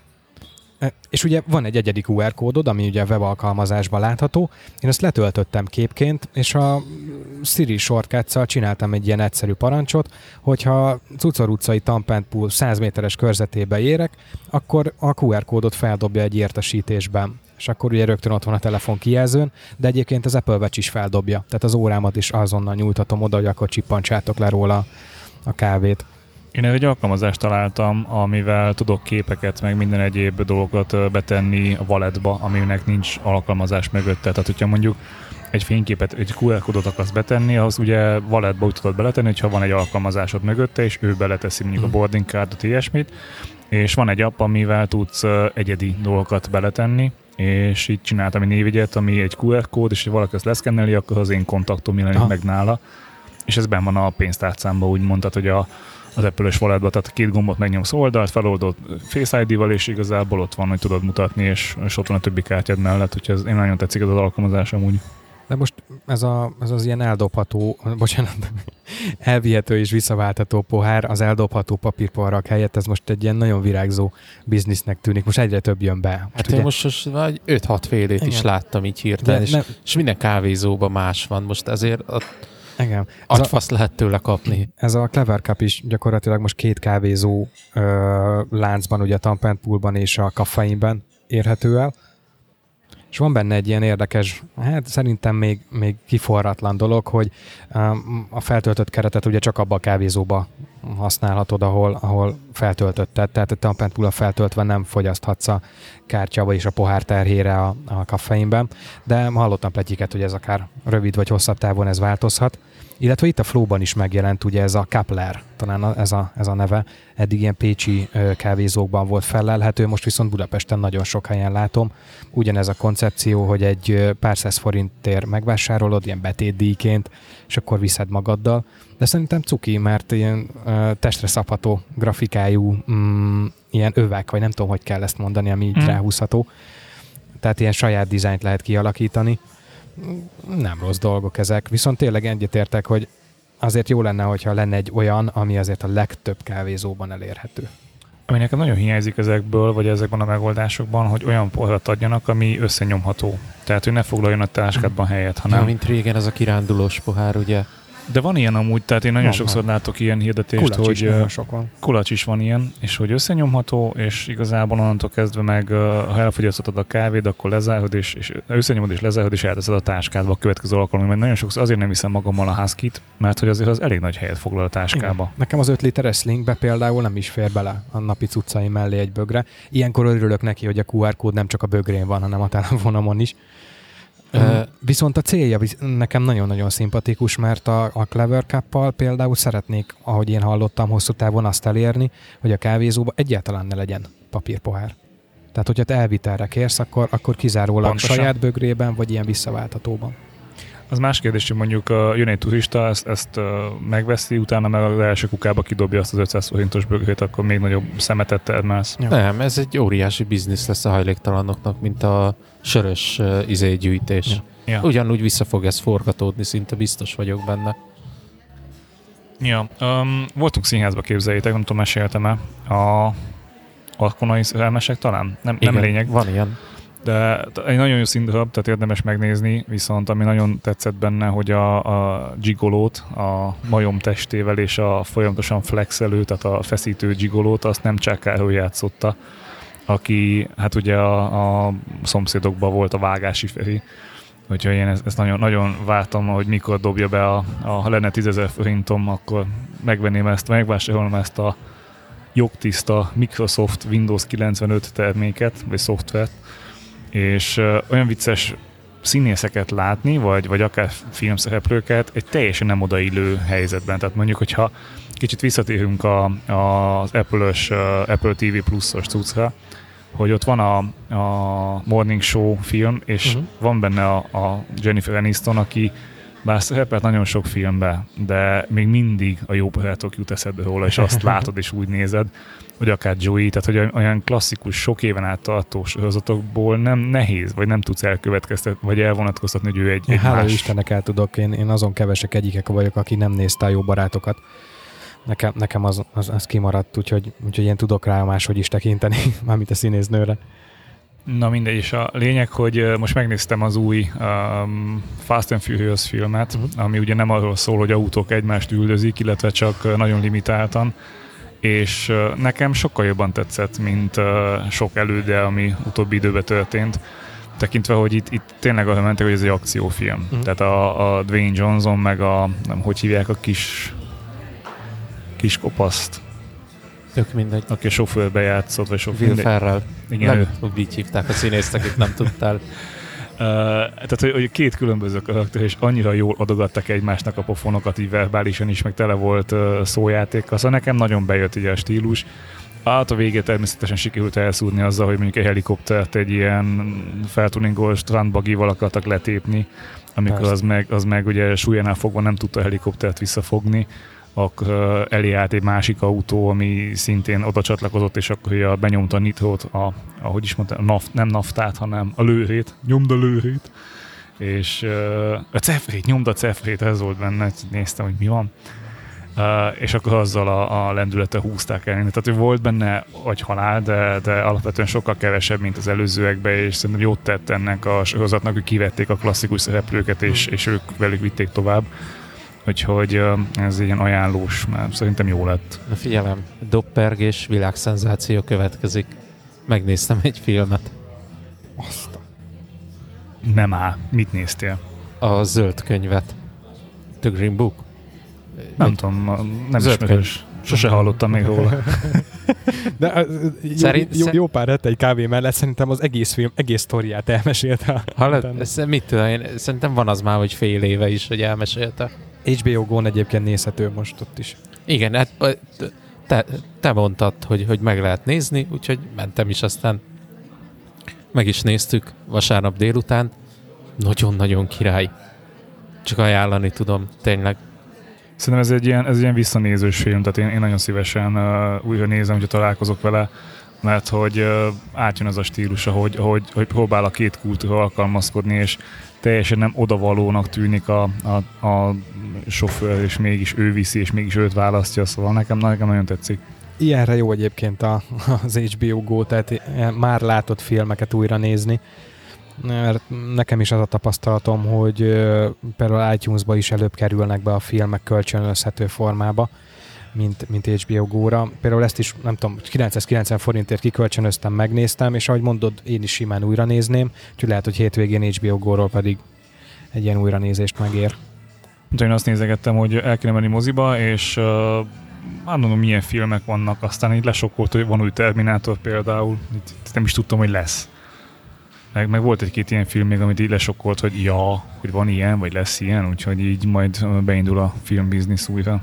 És ugye van egy egyedi QR kódod, ami ugye a webalkalmazásban látható. Én ezt letöltöttem képként, és a Siri shortcuts-szal csináltam egy ilyen egyszerű parancsot, hogyha Cucor utcai Tampentpool 100 méteres körzetébe érek, akkor a QR kódot feldobja egy értesítésben. És akkor ugye rögtön ott van a telefon kijelzőn, de egyébként az Apple Watch is feldobja. Tehát az órámat is azonnal nyújtatom oda, hogy akkor csippantsátok le róla a kávét. Én egy alkalmazást találtam, amivel tudok képeket, meg minden egyéb dolgokat betenni a walletba, aminek nincs alkalmazás mögötte. Tehát, hogyha mondjuk egy fényképet, egy QR kódot akarsz betenni, ahhoz ugye walletba úgy tudod beletenni, hogyha van egy alkalmazásod mögötte, és ő beleteszi mondjuk a boarding cardot, ilyesmit, és van egy app, amivel tudsz egyedi dolgokat beletenni, és így csináltam egy névjegyet, ami egy QR kód, és ha valaki ezt leszkenneli, akkor az én kontaktom jelenik meg nála, és ez benn van a pénztárcámban, úgy mondtad, hogy az Apple-ös walletba, tehát két gombot megnyomsz oldalt, feloldod Face ID-val, és igazából ott van, hogy tudod mutatni, és ott van a többi kártyád mellett, úgyhogy én nagyon tetszik az alkalmazás amúgy. De most ez az ilyen eldobható, elvihető és visszaváltható pohár, az eldobható papírpoharak helyett, ez most egy ilyen nagyon virágzó biznisznek tűnik. Most egyre több jön be. Hát én most vagy 5-6 félét is láttam így hirtelen, és minden kávézóban más van. Most ezért igen. agyfasz lehet tőle kapni. Ez a Clever Cup is gyakorlatilag most 2 kávézó láncban, ugye a Tampentpoolban és a Kaffeinben érhető el. És van benne egy ilyen érdekes, hát szerintem még kiforratlan dolog, hogy a feltöltött keretet ugye csak abba a kávézóba használhatod, ahol feltöltötted. Tehát a Tampentpool-a feltöltve nem fogyaszthatsz a kártyába és a pohár terhére a Kaffeinben. De hallottam pletyiket, hogy ez akár rövid vagy hosszabb távon ez változhat. Illetve itt a Flow-ban is megjelent ugye ez a Kapler, talán ez a neve. Eddig ilyen pécsi kávézókban volt fellelhető, most viszont Budapesten nagyon sok helyen látom. Ugyanez a koncepció, hogy egy pár száz forintért megvásárolod, ilyen betétdíjként, és akkor viszed magaddal. De szerintem cuki, mert ilyen testre szabható grafikájú ilyen övek, vagy nem tudom, hogy kell ezt mondani, ami így ráhúzható. Tehát ilyen saját dizájnt lehet kialakítani. Nem rossz dolgok ezek, viszont tényleg egyetértek, hogy azért jó lenne, hogyha lenne egy olyan, ami azért a legtöbb kávézóban elérhető. Ami nekem nagyon hiányzik ezekből, vagy ezekben a megoldásokban, hogy olyan poharat adjanak, ami összenyomható. Tehát, hogy ne foglaljon a táskádban helyet, hanem... Ja, mint régen az a kirándulós pohár, ugye? De van ilyen amúgy, tehát én nagyon sokszor látok ilyen hirdetést, Kulacs hogy is kulacs is van ilyen, és hogy összenyomható, és igazából onnantól kezdve meg, ha elfogyasztottad a kávét, akkor lezárod, és összenyomod és lezárod, és elteszed a táskádba a következő alkalommal. Mert nagyon sokszor azért nem viszem magammal a Husky-t, mert hogy azért az elég nagy helyet foglal a táskába. Igen. Nekem az 5 literes slingbe például nem is fér bele a napi cuccaim mellé egy bögre. Ilyenkor örülök neki, hogy a QR kód nem csak a bögrén van, hanem a telefonomon is. Viszont a célja nekem nagyon-nagyon szimpatikus, mert a Clever Cup-pal például szeretnék, ahogy én hallottam, hosszú távon azt elérni, hogy a kávézóban egyáltalán ne legyen papírpohár. Tehát, hogyha te elvitelre kérsz, akkor kizárólag pontosan saját bögrében, vagy ilyen visszaváltatóban. Az más kérdés, hogy mondjuk jön egy turista, ezt megveszi, utána meg az első kukába kidobja azt az 500 forintos bögrét, akkor még nagyobb szemetet termelsz. Ja. Nem, ez egy óriási biznisz lesz a hajléktalanoknak, mint a sörös gyűjtés. Ja. Ugyanúgy vissza fog ez forgatódni, szinte biztos vagyok benne. Ja, voltunk színházba, képzeljétek, nem tudom, meséltem-e. A Alkonai elmesek talán? Nem Igen, lényeg. van ilyen. De egy nagyon jó színdarab, tehát érdemes megnézni, viszont ami nagyon tetszett benne, hogy a gigolót, a majom testével és a folyamatosan flexelő, tehát a feszítő gigolót, azt nem Chuck Carroll játszotta, aki hát ugye a szomszédokban volt a vágási Feri. Úgyhogy én ezt nagyon, nagyon vártam, hogy mikor dobja be ha lenne 10 000 forintom, akkor megvásárolom ezt a jogtiszta Microsoft Windows 95 terméket, vagy szoftvert, és olyan vicces színészeket látni, vagy akár filmszereplőket egy teljesen nem odaillő helyzetben. Tehát mondjuk, hogyha kicsit visszatérünk az Apple TV Plus-os cuccra, hogy ott van a Morning Show film, és van benne a Jennifer Aniston, aki bár szerepelt nagyon sok filmben, de még mindig a jó barátok jut eszedbe róla, és azt látod és úgy nézed, hogy akár Joey, tehát hogy olyan klasszikus, sok éven át tartó sorozatokból nem nehéz, vagy nem tudsz elkövetkeztetni, vagy elvonatkoztatni, hogy ő egy hála más. Istennek el tudok, én azon kevesek egyikek vagyok, aki nem nézte a jó barátokat. Nekem az kimaradt, úgyhogy én tudok rá máshogy is tekinteni, mármint a színésznőre. Na mindegy, és a lényeg, hogy most megnéztem az új Fast and Furious filmet, ami ugye nem arról szól, hogy autók egymást üldözik, illetve csak nagyon limitáltan, és nekem sokkal jobban tetszett, mint sok előde, ami utóbbi időben történt, tekintve, hogy itt tényleg arra mentek, hogy ez egy akciófilm. Tehát a Dwayne Johnson, meg hogy hívják a kis kopaszt, Tök mindegy. aki a sofőrbe játszott, vagy Will Ferrell. Igen, Legutóbb így hívták a színészt, akit nem tudtál. Tehát, hogy két különböző karakter, és annyira jól adogattak egymásnak a pofonokat, így verbálisan is, meg tele volt szójátékkal. Szóval nekem nagyon bejött így a stílus. A végén természetesen sikerült elszúrni azzal, hogy mondjuk egy helikoptert egy ilyen feltuningolt strandbagival akartak letépni, amikor az meg ugye súlyánál fogva nem tudta a helikoptert visszafogni, akkor elé állt egy másik autó, ami szintén oda csatlakozott, és akkor benyomta a nitrót, ahogy is mondtam, nem naftát, hanem a lőrét, nyomd a lőrét, és a cefrét, nyomd a cefrét, ez volt benne, néztem, hogy mi van, és akkor azzal a lendülettel húzták el. Tehát volt benne agyhalál, de alapvetően sokkal kevesebb, mint az előzőekben, és szerintem jót tett ennek a sorozatnak, hogy kivették a klasszikus szereplőket, és ők velük vitték tovább. Úgyhogy ez ilyen ajánlós, mert szerintem jó lett. Na figyelem, doppergés, világszenzáció következik. Megnéztem egy filmet. Nem áll. Mit néztél? A Zöld könyvet. The Green Book? Nem tudom, nem ismerős. Sose hallottam még róla. De jó pár hete egy kávé mellett szerintem az egész film, egész sztoriát elmesélte. Mit tudom én? Szerintem van az már, hogy fél éve is, hogy elmesélte. HBO Go-n egyébként nézhető most ott is. Igen, hát te mondtad, hogy meg lehet nézni, úgyhogy mentem is, aztán meg is néztük vasárnap délután. Nagyon-nagyon király. Csak ajánlani tudom, tényleg. Szerintem ez egy ilyen visszanézős film, tehát én nagyon szívesen újra nézem, hogyha találkozok vele, mert hogy átjön az a stílusa, hogy próbál a két kultúra alkalmazkodni, és teljesen nem odavalónak tűnik a sofőr, és mégis ő viszi, és mégis őt választja, szóval nekem nagyon tetszik. Ilyenre jó egyébként az HBO Go, tehát már látott filmeket újra nézni, mert nekem is az a tapasztalatom, hogy például iTunes-ba is előbb kerülnek be a filmek kölcsönözhető formába, mint HBO Go-ra. Például ezt is, nem tudom, 990 forintért kikölcsönöztem, megnéztem, és ahogy mondod, én is simán újra nézném, úgyhogy lehet, hogy hétvégén HBO Go-ról pedig egy ilyen újranézést megér. Én azt nézegettem, hogy el kéne menni moziba, és nem tudom, milyen filmek vannak, aztán így lesokkolt, hogy van új Terminátor például, nem is tudtam, hogy lesz. Meg volt egy-két ilyen film még, amit így lesokkolt, hogy hogy van ilyen, vagy lesz ilyen, úgyhogy így majd beindul a filmbiznisz újra.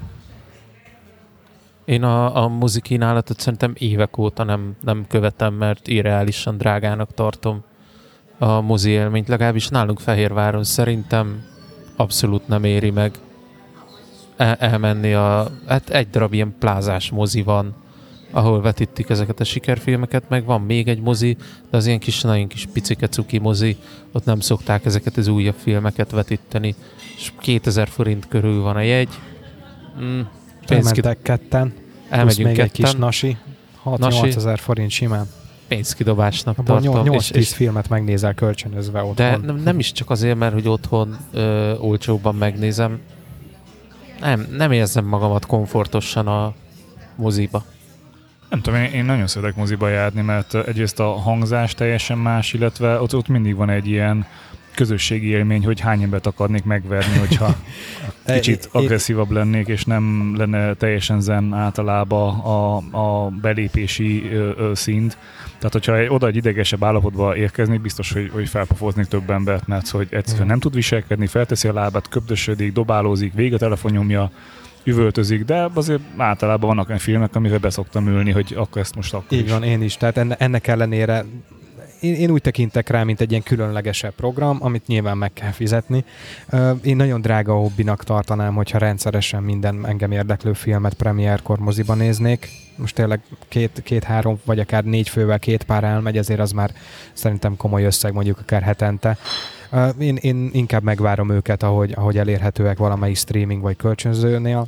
Én a mozikínálatot szerintem évek óta nem követem, mert irreálisan drágának tartom a mozi élményt, legalábbis nálunk Fehérváron szerintem abszolút nem éri meg elmenni hát egy darab ilyen plázás mozi van, ahol vetítik ezeket a sikerfilmeket, meg van még egy mozi, de az ilyen nagyon kis picike cuki mozi, ott nem szokták ezeket az újabb filmeket vetíteni, és 2000 forint körül van a jegy. Elmentek ketten, plusz még ketten. egy kis nasi, 68 000 forint simán. pénzkidobásnak Abban tartom. 8-10 filmet megnézel kölcsönözve otthon. De nem is csak azért, mert hogy otthon olcsóbban megnézem. Nem érzem magamat komfortosan a moziba. Nem tudom, én nagyon szeretek moziba járni, mert egyrészt a hangzás teljesen más, illetve ott mindig van egy ilyen közösségi élmény, hogy hány embert akarnék megverni, hogyha kicsit agresszívabb lennék, és nem lenne teljesen zen általában a belépési szint. Tehát, hogyha oda egy idegesebb állapotba érkeznék, biztos, hogy felpofoznék több embert, mert hogy egyszerűen nem tud viselkedni, felteszi a lábát, köpdösödik, dobálózik, végig a telefonnyomja, üvöltözik, de azért általában vannak olyan filmek, amire beszoktam ülni, hogy akkor ezt most akkor Így van, én is. Tehát ennek ellenére én úgy tekintek rá, mint egy ilyen különlegesebb program, amit nyilván meg kell fizetni. Én nagyon drága hobbinak tartanám, hogyha rendszeresen minden engem érdeklő filmet premierkor moziba néznék. Most tényleg 2-3 vagy akár 4 fővel 2 pár elmegy, ezért az már szerintem komoly összeg, mondjuk akár hetente. Én inkább megvárom őket, ahogy elérhetőek valamelyik streaming vagy kölcsönzőnél.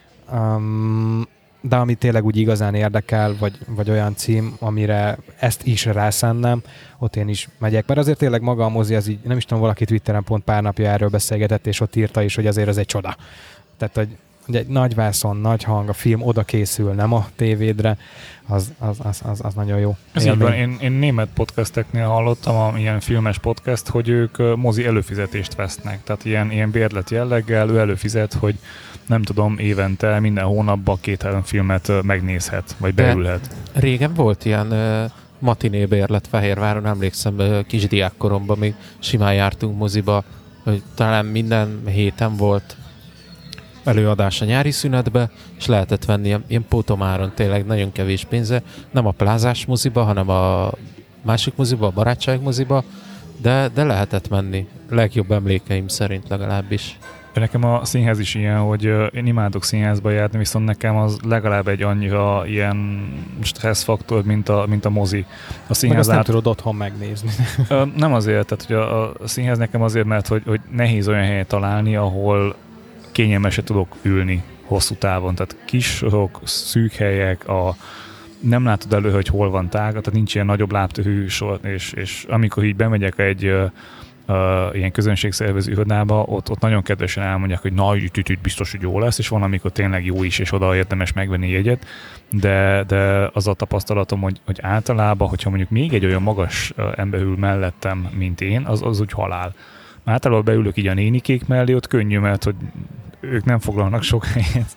De ami tényleg úgy igazán érdekel, vagy olyan cím, amire ezt is rászánnám, ott én is megyek. Mert azért tényleg maga a mozi, az így, nem is tudom, valaki Twitteren pont pár napja erről beszélgetett, és ott írta is, hogy azért ez egy csoda. Tehát, hogy egy nagy vászon, nagy hang, a film oda készül, nem a tévédre, az nagyon jó. Ez így van, én német podcasteknél hallottam, ilyen filmes podcast, hogy ők mozi előfizetést vesznek. Tehát ilyen bérlet jelleggel, ő előfizet, hogy nem tudom, évente, minden hónapban 2-3 filmet megnézhet, vagy beülhet. Régen volt ilyen matiné bérlet Fehérváron, emlékszem, kisdiákkoromban még simán jártunk moziba, hogy talán minden héten volt előadás a nyári szünetbe, és lehetett venni ilyen pótomáron, tényleg nagyon kevés pénze, nem a plázás moziba, hanem a másik moziba, a barátság moziba, de lehetett menni. Legjobb emlékeim szerint legalábbis. Nekem a színház is ilyen, hogy én imádok színházba járni, viszont nekem az legalább egy annyira ilyen stresszfaktor, mint a mozi. A színház nem tudod otthon megnézni. Nem azért, tehát hogy a színház nekem azért, mert hogy nehéz olyan helyet találni, ahol kényelmesen tudok ülni hosszú távon. Tehát kis sorok, szűk helyek, nem látod elő, hogy hol van tág, tehát nincs ilyen nagyobb lábtövű sor, és amikor így bemegyek egy ilyen közönségszervező irodába, ott nagyon kedvesen elmondják, hogy na, itt biztos, hogy jó lesz, és van, amikor tényleg jó is, és oda érdemes megvenni jegyet, de az a tapasztalatom, hogy általában, hogyha mondjuk még egy olyan magas ember ül mellettem, mint én, az úgy halál. Általában beülök így a nénikék mellé, ott könnyű, mert hogy ők nem foglalnak sok helyet,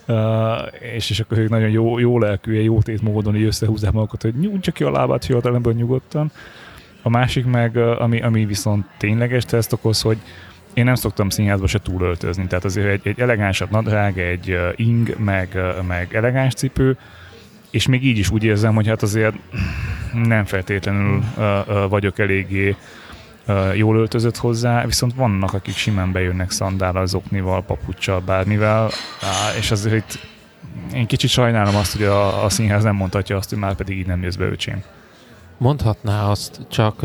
és akkor ők nagyon jó lelkűen, jó tét módon így összehúzzák magukat, hogy nyújtsa ki a lábát fiatalember nyugodtan. A másik meg, ami viszont tényleges teszt okoz, hogy én nem szoktam színházba se túlöltözni, tehát azért egy elegánsabb nadrág, egy ing, meg elegáns cipő, és még így is úgy érzem, hogy hát azért nem feltétlenül vagyok eléggé jól öltözött hozzá, viszont vannak, akik simán bejönnek szandállal, zoknival, papuccsal, bármivel, és azért én kicsit sajnálom azt, hogy a színház nem mondhatja azt, hogy már pedig így nem jössz be, öcsém. Mondhatná azt, csak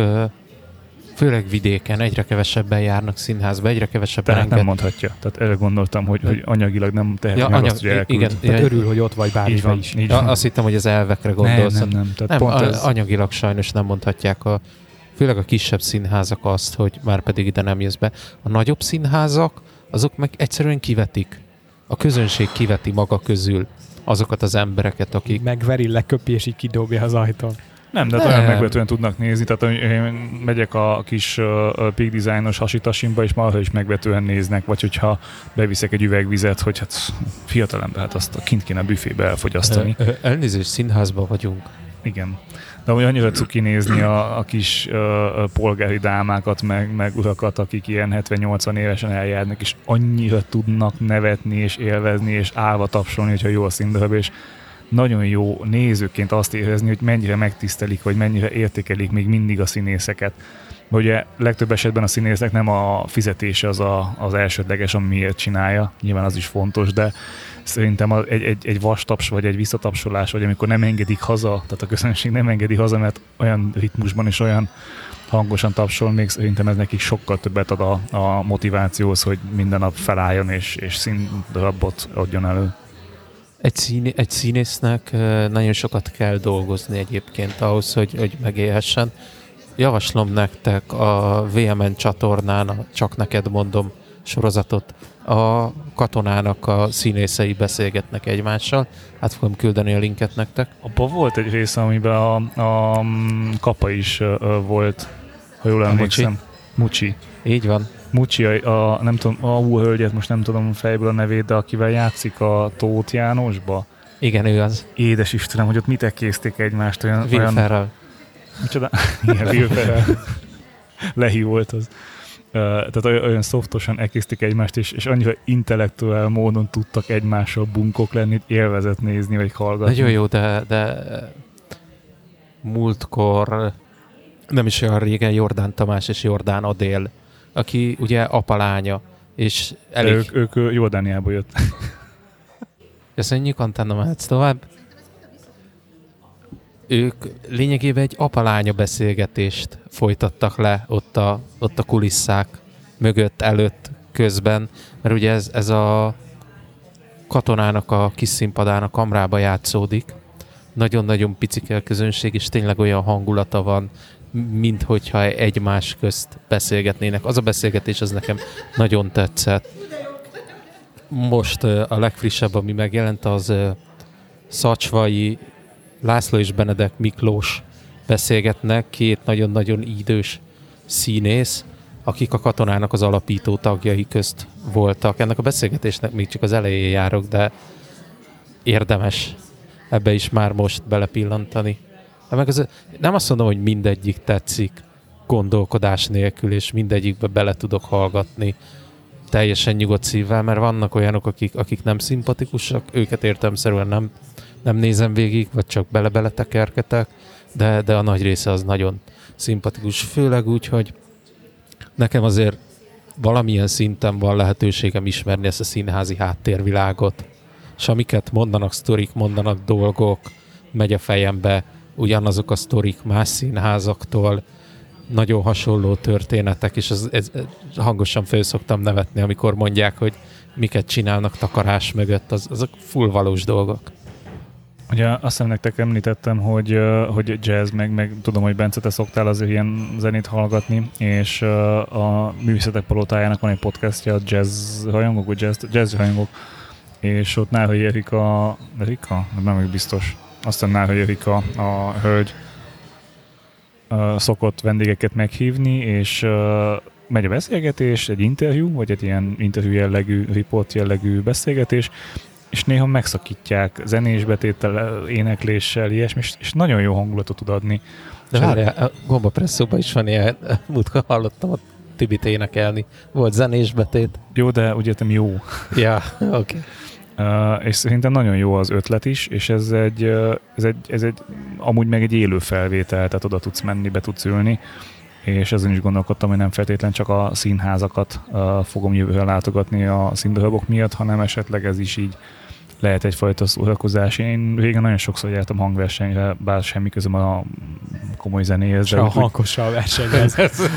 főleg vidéken egyre kevesebben járnak színházba, egyre kevesebben Tehát nem mondhatja. Tehát erre gondoltam, hogy anyagilag nem tehet meg azt, hogy elküld. Igen, tehát örül, hogy ott vagy bármivel is. Azt hittem, hogy az elvekre gondolsz. Nem. Tehát nem pont ez... anyagilag sajnos nem mondhatják főleg a kisebb színházak azt, hogy már pedig ide nem jössz be. A nagyobb színházak, azok meg egyszerűen kivetik. A közönség kiveti maga közül azokat az embereket, akik... Megveri, leköpi, és így kidobja az ajtón. Nem, de olyan megvetően tudnak nézni, tehát én megyek a kis Peak Designos hasitasimba, és marha is megvetően néznek, vagy hogyha beviszek egy üvegvizet, hogy hát fiatalember, hát azt kint kéne a büfébe elfogyasztani. Elnézést, színházban vagyunk. Igen. De hogy annyira cuki nézni a kis polgári dámákat, meg urakat, akik ilyen 70-80 évesen eljárnak, és annyira tudnak nevetni, és élvezni, és állva tapsolni, hogyha jó a színdarab, és nagyon jó nézőként azt érezni, hogy mennyire megtisztelik, vagy mennyire értékelik még mindig a színészeket. Ugye legtöbb esetben a színésznek nem a fizetése az elsődleges, ami miért csinálja, nyilván az is fontos, de szerintem egy vastaps, vagy egy visszatapsolás, vagy amikor nem engedik haza, tehát a közönség nem engedi haza, mert olyan ritmusban és olyan hangosan tapsol, még szerintem ez nekik sokkal többet ad a motivációhoz, hogy minden nap felálljon és színdarabot adjon elő. Egy színésznek nagyon sokat kell dolgozni egyébként ahhoz, hogy megélhessen. Javaslom nektek a VMN csatornán, Csak neked mondom sorozatot, a Katonának a színészei beszélgetnek egymással. Hát fogom küldeni a linket nektek. Abban volt egy része, amiben a Kapa is volt, ha jól emlékszem. Mucsi. Így van. Mucsi, nem tudom, a hölgyet most nem tudom fejből a nevét, de akivel játszik a Tóth Jánosba. Igen, ő az. Édes Istenem, hogy ott mit ekészték egymást. Will Ferrell. Micsoda? Igen, Will Ferrell. Lehi volt az. Tehát olyan szoftosan ekészték egymást, és annyira intellektuál módon tudtak egymással bunkok lenni, élvezet nézni, vagy hallgatni. Nagyon jó, de múltkor, nem is olyan régen, Jordán Tamás és Jordán Adél, aki ugye apalánya, és elég... Ők Jordániából jött. Köszönjük, Antenna, mehetsz tovább. Ők lényegében egy apalánya beszélgetést folytattak le ott a kulisszák mögött, előtt, közben, mert ugye ez a Katonának a kis színpadán a kamrába játszódik. Nagyon-nagyon picike a közönség, és tényleg olyan hangulata van, mint hogyha egymás közt beszélgetnének. Az a beszélgetés, az nekem nagyon tetszett. Most a legfrissebb, ami megjelent, az Szacsvai László és Benedek Miklós beszélgetnek, két nagyon-nagyon idős színész, akik a Katonának az alapító tagjai közt voltak. Ennek a beszélgetésnek még csak az elején járok, de érdemes ebbe is már most belepillantani. Nem azt mondom, hogy mindegyik tetszik gondolkodás nélkül, és mindegyikbe bele tudok hallgatni teljesen nyugodt szívvel, mert vannak olyanok, akik nem szimpatikusak, őket értelemszerűen nem nézem végig, vagy csak bele-bele tekergetek, de a nagy része az nagyon szimpatikus. Főleg úgy, hogy nekem azért valamilyen szinten van lehetőségem ismerni ezt a színházi háttérvilágot, és amiket mondanak sztorik, mondanak dolgok, megy a fejembe ugyanazok a sztorik más színházaktól, nagyon hasonló történetek, és ez hangosan föl szoktam nevetni, amikor mondják, hogy miket csinálnak takarás mögött, azok full valós dolgok. Ugye azt hiszem nektek említettem, hogy jazz, meg tudom, hogy Bence, te szoktál azért ilyen zenét hallgatni, és a Művészetek Palotájának van egy podcastja, a jazz hajongok, vagy jazz hajongok, és ott Nálhai Erika, nem meg biztos, aztán Nálhai Erika a hölgy szokott vendégeket meghívni, és megy a beszélgetés, egy interjú, vagy egy ilyen interjú jellegű, report jellegű beszélgetés, és néha megszakítják zenés betéttel, énekléssel, ilyesmi, és nagyon jó hangulatot tud adni. De várjál, a Gomba Presszóban is van ilyen, múltkor hallottam a Tibit énekelni. Volt zenés betét. Jó, de úgy értem jó. Ja, oké. És szerintem nagyon jó az ötlet is, és ez egy amúgy meg egy élő felvétel, tehát oda tudsz menni, be tudsz ülni, és ezen is gondolkodtam, hogy nem feltétlen csak a színházakat fogom jövőre látogatni a színdarabok miatt, hanem esetleg ez is így lehet egyfajta szórakozás. Én régen nagyon sokszor jártam hangversenyre, bár semmi közöm a komoly zenéhez. De a hangossal versenyez.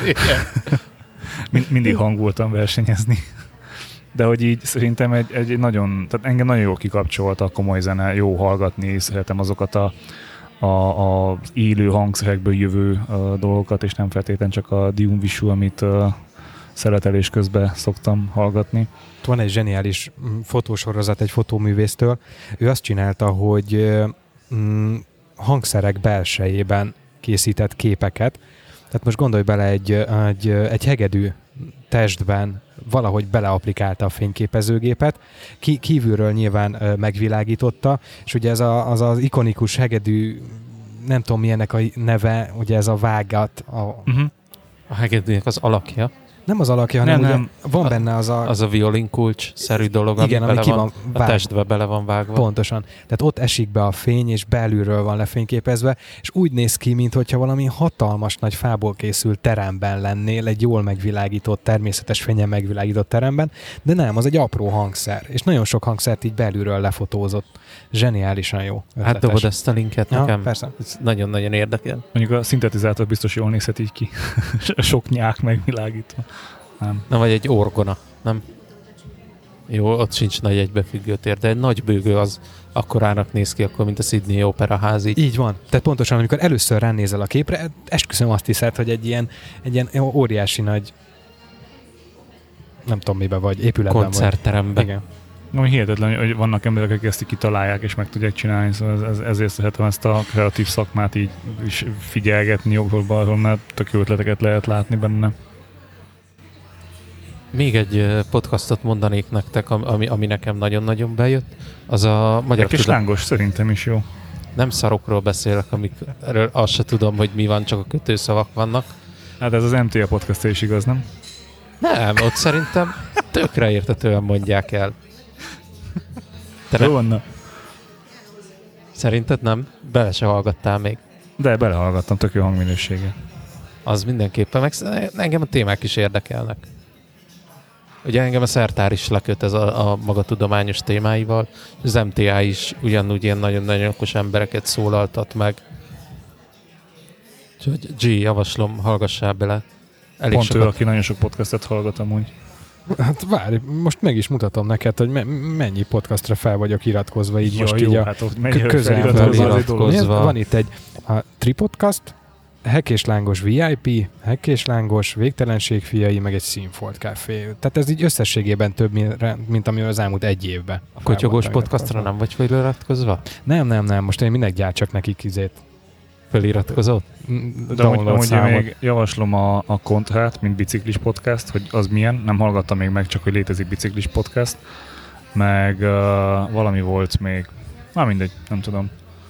Mindig hangoltam versenyezni. De hogy így szerintem egy nagyon, tehát engem nagyon jól kikapcsolt a komoly zene, jó hallgatni, szeretem azokat az élő hangszerekből jövő dolgokat, és nem feltétlenül csak a Dium Visu, amit szeretelés közben szoktam hallgatni. Van egy zseniális fotósorozat egy fotóművésztől. Ő azt csinálta, hogy hangszerek belsejében készített képeket. Tehát most gondolj bele egy hegedű testben valahogy beleaplikálta a fényképezőgépet, kívülről nyilván megvilágította, és ugye ez az ikonikus hegedű, nem tudom milyennek a neve, ugye ez a vágat. A hegedűnek az alakja. Nem az alakja, hanem nem. Van benne az a violinkulcs-szerű dolog, igen, ami ki van a testbe bele van vágva. Pontosan. Tehát ott esik be a fény, és belülről van lefényképezve, és úgy néz ki, mintha valami hatalmas nagy fából készült teremben lennél, egy jól megvilágított, természetes fényen megvilágított teremben, de nem, az egy apró hangszer, és nagyon sok hangszert így belülről lefotózott. Zseniálisan jó. Hát dobod ezt a linket nekem? Persze. Ez nagyon-nagyon érdekel. Mondjuk a szintetizátor biztos jól nézhet így ki. Sok nyák megvilágítva. Nem. Na, vagy egy orgona, nem? Jó, ott sincs nagy egybefüggő tér, de egy nagy bőgő az akkorának néz ki akkor, mint a Sydney Opera ház. Így van. Tehát pontosan, amikor először ránézel a képre, esküszöm azt hiszed, hogy egy ilyen óriási nagy, nem tudom miben vagy, épületben koncertteremben. Igen. Ami hihetetlen, hogy vannak emberek, akik ezt kitalálják és meg tudják csinálni, szóval ezért szeretem ezt a kreatív szakmát így is figyelgetni jobbról-balról, mert tök jó ötleteket lehet látni benne. Még egy podcastot mondanék nektek, ami nekem nagyon-nagyon bejött. Az a magyar... Kis lángos, szerintem is jó. Nem szarokról beszélek, amikről azt se tudom, hogy mi van, csak a kötőszavak vannak. Hát ez az MTA podcast is igaz, nem? Nem, ott szerintem tökre értetően mondják el. Jó vannak. Szerinted nem? Bele se hallgattál még. De belehallgattam, tök jó hangminősége. Az mindenképpen, meg engem a témák is érdekelnek. Ugye engem a szertár is leköt ez a maga tudományos témáival. Az MTA is ugyanúgy ilyen nagyon-nagyon okos embereket szólaltat meg. Úgyhogy G, javaslom, hallgassál bele. Elég Pont sokat... ő, aki nagyon sok podcastet hallgat amúgy. Hát várj, most meg is mutatom neked, hogy mennyi podcastra fel vagyok iratkozva, így Ja, most jó, így a hát ott mennyire közelben. feliratkozva. Van itt egy Tripodcast, Hack és Lángos VIP, Hack és Lángos, Végtelenség fiai, meg egy Színfolt Café. Tehát ez így összességében több, mint ami az elmúlt egy évben. A Kotyogós podcastra nem vagy feliratkozva? Nem, most én mindegy gyártsak nekik izét. Feliratkozott? De amúgy még javaslom a Kontrát, mint biciklis podcast, hogy az milyen. Nem hallgattam még meg, csak hogy létezik biciklis podcast. Meg valami volt még. Mindegy, nem tudom.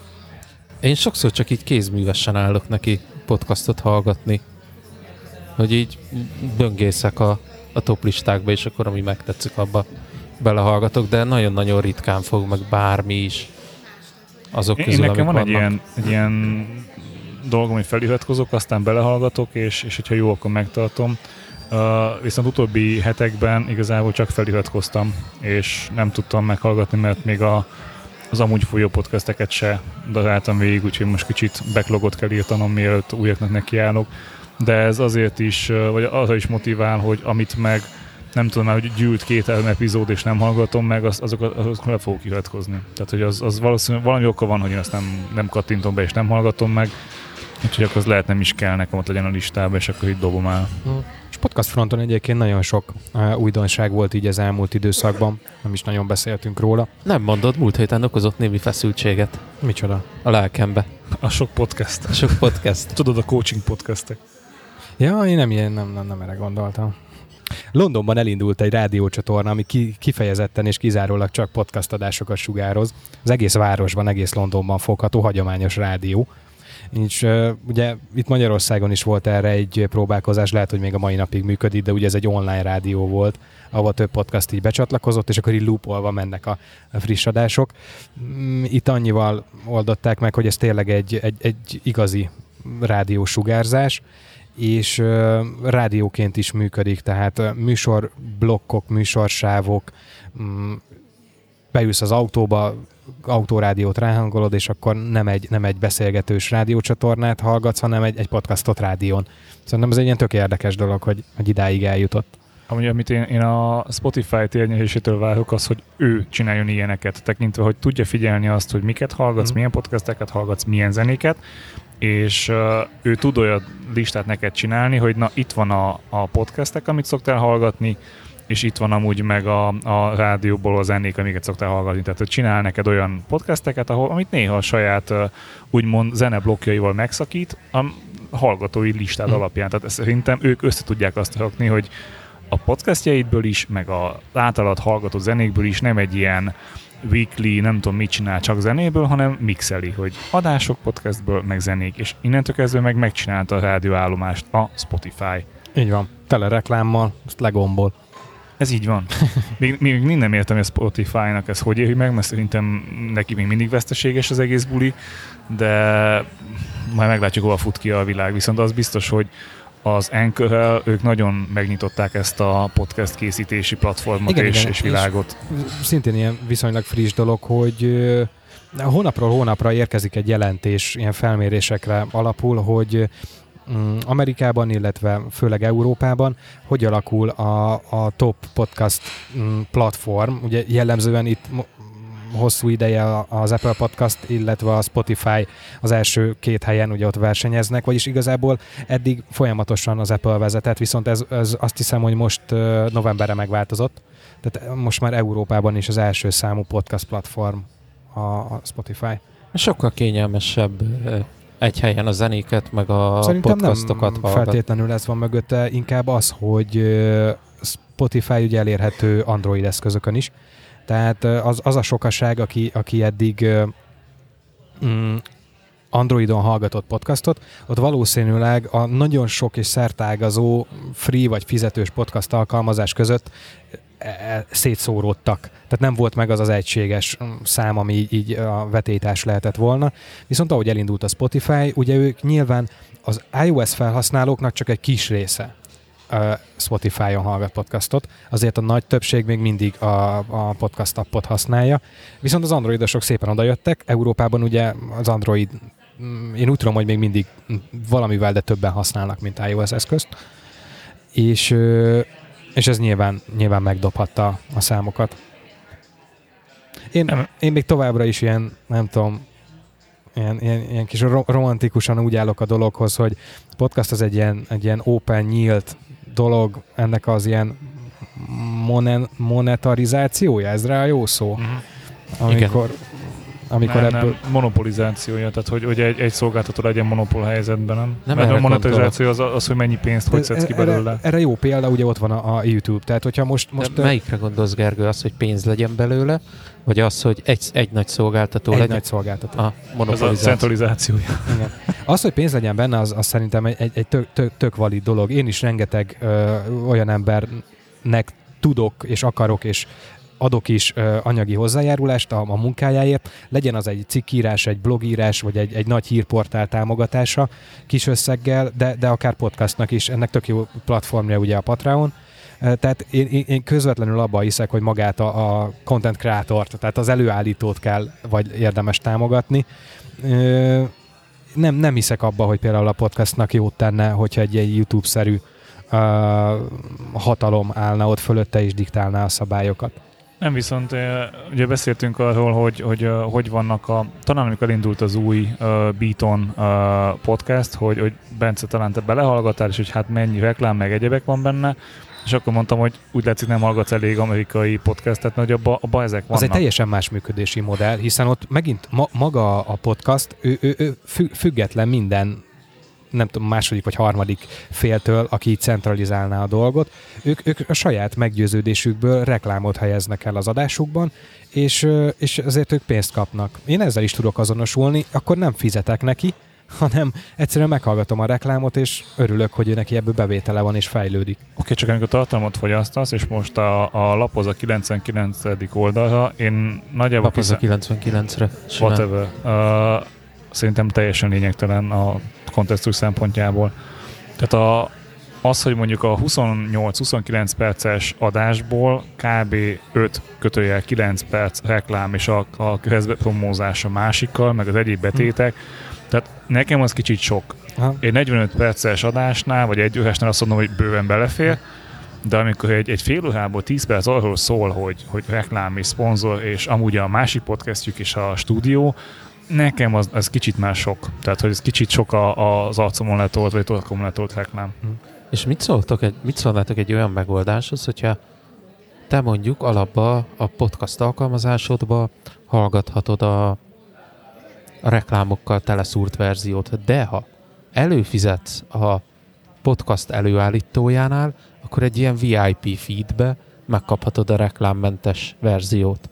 Én sokszor csak így kézművesen állok neki podcastot hallgatni. Hogy így böngészek a top listákba, és akkor ami megtetszik, abba belehallgatok, de nagyon-nagyon ritkán fog meg bármi is azok közül, amik nekem van vannak. egy ilyen dolgom, hogy feliratkozok, aztán belehallgatok, és hogyha jó, akkor megtartom. Viszont utóbbi hetekben igazából csak feliratkoztam, és nem tudtam meghallgatni, mert még az amúgy folyó podcasteket se daráltam végig, úgyhogy most kicsit backlogot kell írtanom, mielőtt újaknak nekiállok. De ez azért is, vagy arra is motivál, hogy amit meg nem tudom már, hogy gyűlt 2-3 epizód, és nem hallgatom meg, azokra le fogok iratkozni. Tehát, hogy az valószínűleg valami oka van, hogy én azt nem kattintom be, és nem hallgatom meg. Úgyhogy akkor az lehet nem is kell nekem ott legyen a listában, és akkor itt dobom el. És podcast fronton egyébként nagyon sok újdonság volt így az elmúlt időszakban. Nem is nagyon beszéltünk róla. Nem mondod, múlt héten okozott némi feszültséget Micsoda? a lelkembe. A sok podcast. A sok podcast. Tudod, a coaching podcastek. Ja, én nem erre gondoltam. Londonban elindult egy rádiócsatorna, ami kifejezetten és kizárólag csak podcast adásokat sugároz. Az egész városban, egész Londonban fogható hagyományos rádió. És ugye itt Magyarországon is volt erre egy próbálkozás, lehet, hogy még a mai napig működik, de ugye ez egy online rádió volt, ahol több podcast így becsatlakozott, és akkor így loopolva mennek a friss adások. Itt annyival oldották meg, hogy ez tényleg egy igazi rádiósugárzás, és rádióként is működik, tehát műsorblokkok, műsorsávok, beülsz az autóba, autórádiót ráhangolod, és akkor nem egy beszélgetős rádiócsatornát hallgatsz, hanem egy podcastot rádión. Szerintem ez egy ilyen tök érdekes dolog, hogy idáig eljutott. Amúgy, amit én a Spotify térnyerésétől várok, az, hogy ő csináljon ilyeneket, tekintve, hogy tudja figyelni azt, hogy miket hallgatsz, milyen podcasteket hallgatsz, milyen zenéket, és ő tud olyan listát neked csinálni, hogy na itt van a podcastek, amit szoktál hallgatni, és itt van amúgy meg a rádióból a zenék, amiket szoktál hallgatni. Tehát hogy csinál neked olyan podcasteket, amit néha a saját úgymond zeneblokkjaival megszakít a hallgatói listád alapján. Tehát szerintem ők össze tudják azt rakni, hogy a podcastjaidből is, meg az általad hallgató zenékből is nem egy ilyen weekly, nem tudom mit csinál csak zenéből, hanem mixeli, hogy adások podcastből, meg zenék, és innentől kezdve meg megcsinálta a rádióállomást a Spotify. Így van, tele reklámmal, azt legombol. Ez így van. Még nem értem, hogy a Spotify-nak ez hogy éri meg, mert szerintem neki még mindig veszteséges az egész buli, de majd meglátjuk, hova fut ki a világ. Viszont az biztos, hogy az Anchor-rel ők nagyon megnyitották ezt a podcast készítési platformot és világot. És szintén ilyen viszonylag friss dolog, hogy hónapról hónapra érkezik egy jelentés ilyen felmérésekre alapul, hogy Amerikában, illetve főleg Európában, hogy alakul a top podcast platform. Ugye jellemzően itt hosszú ideje az Apple Podcast, illetve a Spotify az első 2 helyen ugye ott versenyeznek, vagyis igazából eddig folyamatosan az Apple vezetett, viszont ez azt hiszem, hogy most novemberre megváltozott. Tehát most már Európában is az első számú podcast platform a Spotify. Sokkal kényelmesebb egy helyen a zenéket, meg a szerintem podcastokat nem hallgat. feltétlenül ez van mögötte, inkább az, hogy Spotify ugye elérhető Android eszközökön is. Tehát az a sokaság, aki eddig Androidon hallgatott podcastot, ott valószínűleg a nagyon sok és szertágazó free vagy fizetős podcast alkalmazás között szétszóródtak. Tehát nem volt meg az az egységes szám, ami így a vetélytárs lehetett volna. Viszont ahogy elindult a Spotify, ugye ők nyilván az iOS felhasználóknak csak egy kis része Spotify-on hallgat podcastot, azért a nagy többség még mindig a podcast appot használja. Viszont az androidosok szépen odajöttek. Európában ugye az Android, én úgy tudom, hogy még mindig valamivel, de többen használnak, mint iOS eszközt. És ez nyilván megdobhatta a számokat. Én még továbbra is ilyen, nem tudom, ilyen kis romantikusan úgy állok a dologhoz, hogy a podcast az egy ilyen open, nyílt dolog, ennek az ilyen monetarizációja, ez rá jó szó? Amikor nem, monopolizációja, tehát hogy egy szolgáltató legyen monopól helyzetben, nem? Mert a monetarizáció az, hogy mennyi pénzt, hogy szedsz ki belőle. Erre jó példa, ugye ott van a YouTube, tehát hogyha most melyikre gondolsz, Gergő, az, hogy pénz legyen belőle, vagy az, hogy egy nagy szolgáltató legyen? Egy nagy szolgáltató. A monopolizáció. Az a centralizációja. Igen. Az, hogy pénz legyen benne, az szerintem egy tök valid dolog. Én is rengeteg olyan embernek tudok, és akarok, és adok is anyagi hozzájárulást a munkájáért, legyen az egy cikkírás, egy blogírás, vagy egy nagy hírportál támogatása kis összeggel, de akár podcastnak is, ennek tök jó platformja ugye a Patreon. Tehát én közvetlenül abban hiszek, hogy magát a content creatort, tehát az előállítót kell, vagy érdemes támogatni. Nem hiszek abba, hogy például a podcastnak jót tenne, hogyha egy YouTube-szerű hatalom állna ott fölötte és diktálná a szabályokat. Nem, viszont ugye beszéltünk arról, hogy vannak talán amikor indult az új Beaton podcast, hogy Bence, talán te belehallgattál, és hogy hát mennyi reklám, meg egyebek van benne, és akkor mondtam, hogy úgy látszik, nem hallgatsz elég amerikai podcastet, hogy abba ezek vannak. Az egy teljesen más működési modell, hiszen ott megint maga a podcast, ő független minden, nem tudom, második vagy harmadik féltől, aki így centralizálná a dolgot. Ők a saját meggyőződésükből reklámot helyeznek el az adásukban, és azért ők pénzt kapnak. Én ezzel is tudok azonosulni, akkor nem fizetek neki, hanem egyszerűen meghallgatom a reklámot, és örülök, hogy neki ebből bevétele van, és fejlődik. Oké, csak amikor tartalmat fogyasztasz, és most a lapoz a 99. oldalra, én nagyjából... Lapoz a 99-re. Whatever. Szerintem teljesen lényegtelen a kontextus szempontjából. Tehát az, hogy mondjuk a 28-29 perces adásból kb. 5-9 perc reklám és a keresztbepromózás a másikkal, meg az egyéb betétek, tehát nekem az kicsit sok. Egy 45 perces adásnál, vagy egy órásnál azt mondom, hogy bőven belefér, de amikor egy fél órából 10 perc arról szól, hogy reklám és szponzor, és amúgy a másik podcastjük és a stúdió, nekem az kicsit már sok. Tehát, hogy ez kicsit sok az arcomon letolt, vagy torkomon letolt reklám. És mit szólnátok egy olyan megoldáshoz, hogyha te mondjuk alapba a podcast alkalmazásodba hallgathatod a reklámokkal teleszúrt verziót, de ha előfizetsz a podcast előállítójánál, akkor egy ilyen VIP feedbe megkaphatod a reklámmentes verziót.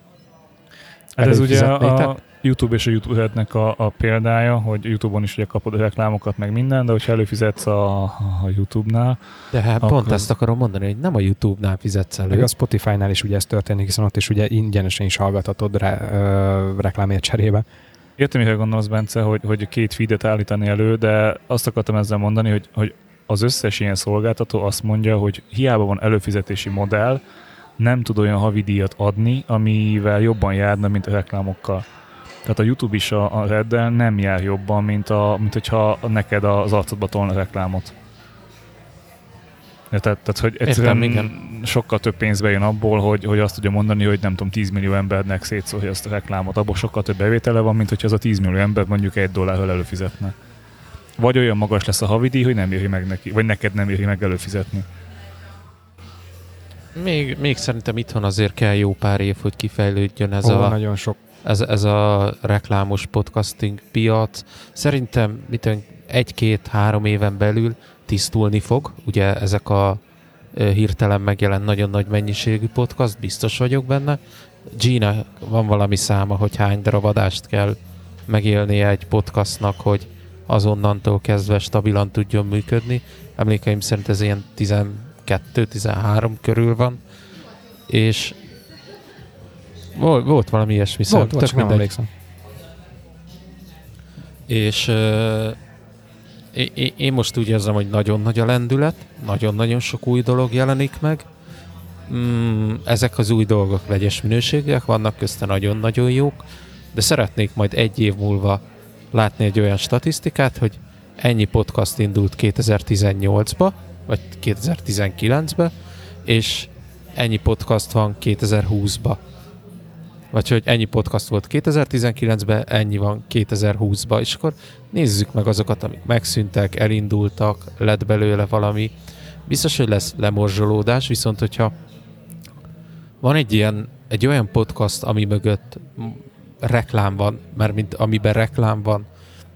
Ez ugye a YouTube és a YouTube-nek a példája, hogy YouTube-on is ugye kapod a reklámokat, meg minden, de hogyha előfizetsz a YouTube-nál... De hát akkor... pont ezt akarom mondani, hogy nem a YouTube-nál fizetsz elő. Meg a Spotify-nál is ugye ez történik, hiszen ott is ugye ingyenesen is hallgathatod reklámért cserébe. Értem, mire gondolsz, Bence, hogy két feedet állítani elő, de azt akartam ezzel mondani, hogy az összes ilyen szolgáltató azt mondja, hogy hiába van előfizetési modell, nem tud olyan havidíjat adni, amivel jobban járna, mint a reklámokkal. Tehát a YouTube is a Reddel nem jár jobban, mint hogyha neked az arcodba tolna reklámot. Tehát, hogy egyszerűen Értem, sokkal több pénzbe jön abból, hogy azt tudja mondani, hogy nem tudom, 10 millió embernek szétszórja azt a reklámot. Abból sokkal több bevétele van, mint hogyha az a 10 millió ember mondjuk $1 előfizetne. Vagy olyan magas lesz a havidíj, hogy nem éri meg neki, vagy neked nem éri meg előfizetni. Még szerintem itthon azért kell jó pár év, hogy kifejlődjön nagyon sok. ez a reklámos podcasting piac. Szerintem 1-2-3 éven belül tisztulni fog. Ugye ezek a hirtelen megjelent nagyon nagy mennyiségű podcast, biztos vagyok benne. Gina, van valami száma, hogy hány darab adást kell megélnie egy podcastnak, hogy azonnantól kezdve stabilan tudjon működni. Emlékeim szerint ez ilyen 12-13 körül van. És volt valami ilyesmi szám. Volt, csak nem emlékszem. És én most úgy érzem, hogy nagyon nagy a lendület, nagyon-nagyon sok új dolog jelenik meg. Ezek az új dolgok vegyes minőségűek, vannak közte nagyon-nagyon jók, de szeretnék majd 1 év múlva látni egy olyan statisztikát, hogy ennyi podcast indult 2018-ba, vagy 2019-be, és ennyi podcast van 2020-ba. Vagy hogy ennyi podcast volt 2019-ben, ennyi van 2020-ban, és akkor nézzük meg azokat, amik megszűntek, elindultak, lett belőle valami. Biztos, hogy lesz lemorzsolódás, viszont hogyha van egy olyan podcast, ami mögött reklám van, mármint amiben reklám van,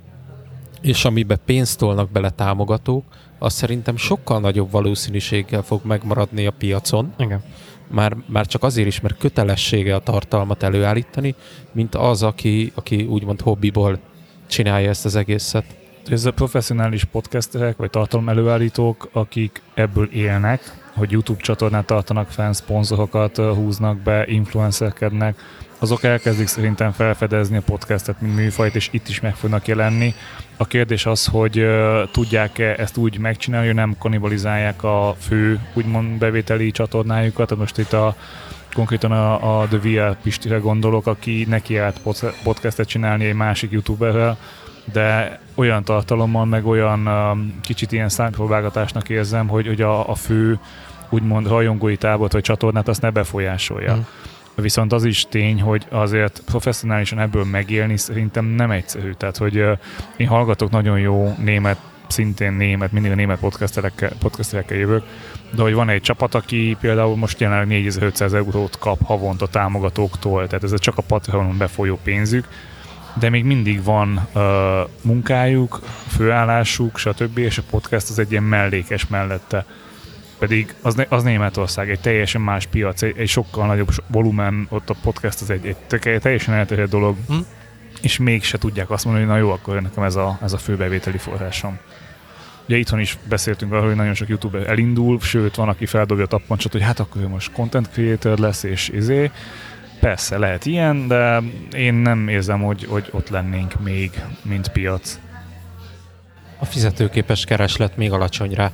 és amiben pénzt tolnak bele támogatók, az szerintem sokkal nagyobb valószínűséggel fog megmaradni a piacon. Igen. Már csak azért is, mert kötelessége a tartalmat előállítani, mint az, aki úgymond hobbiból csinálja ezt az egészet. Ez a professzionális podcasterek, vagy tartalom előállítók, akik ebből élnek, hogy YouTube csatornát tartanak fenn, szponzorokat húznak be, influencerkednek, azok elkezdik szerintem felfedezni a podcastet, mint műfajt, és itt is meg fognak jelenni. A kérdés az, hogy tudják-e ezt úgy megcsinálni, hogy nem kannibalizálják a fő, úgymond bevételi csatornájukat. Most itt konkrétan a The VR Pistire gondolok, aki neki állt podcastet csinálni egy másik youtuberrel, de olyan tartalommal, meg olyan kicsit ilyen szájpróbálgatásnak érzem, hogy a fő, úgymond rajongói tábort vagy csatornát azt ne befolyásolja. Viszont az is tény, hogy azért professzionálisan ebből megélni szerintem nem egyszerű. Tehát, hogy én hallgatok nagyon jó mindig a német podcasterekkel jövök, de hogy van egy csapat, aki például most jelenleg 4500 eurót kap havonta támogatóktól, tehát ez csak a Patreonon befolyó pénzük, de még mindig van munkájuk, főállásuk, stb. És a podcast az egy ilyen mellékes mellette. Pedig az Németország egy teljesen más piac, egy sokkal nagyobb volumen, ott a podcast az egy teljesen elterjedt dolog, és mégse tudják azt mondani, hogy na jó, akkor nekem ez a fő bevételi forrásom. Ugye itthon is beszéltünk arról, hogy nagyon sok youtuber elindul, sőt van, aki feldobja a tappancsot, hogy hát akkor ő most content creator lesz, és persze lehet ilyen, de én nem érzem, hogy ott lennénk még, mint piac. A fizetőképes kereslet még alacsony rá.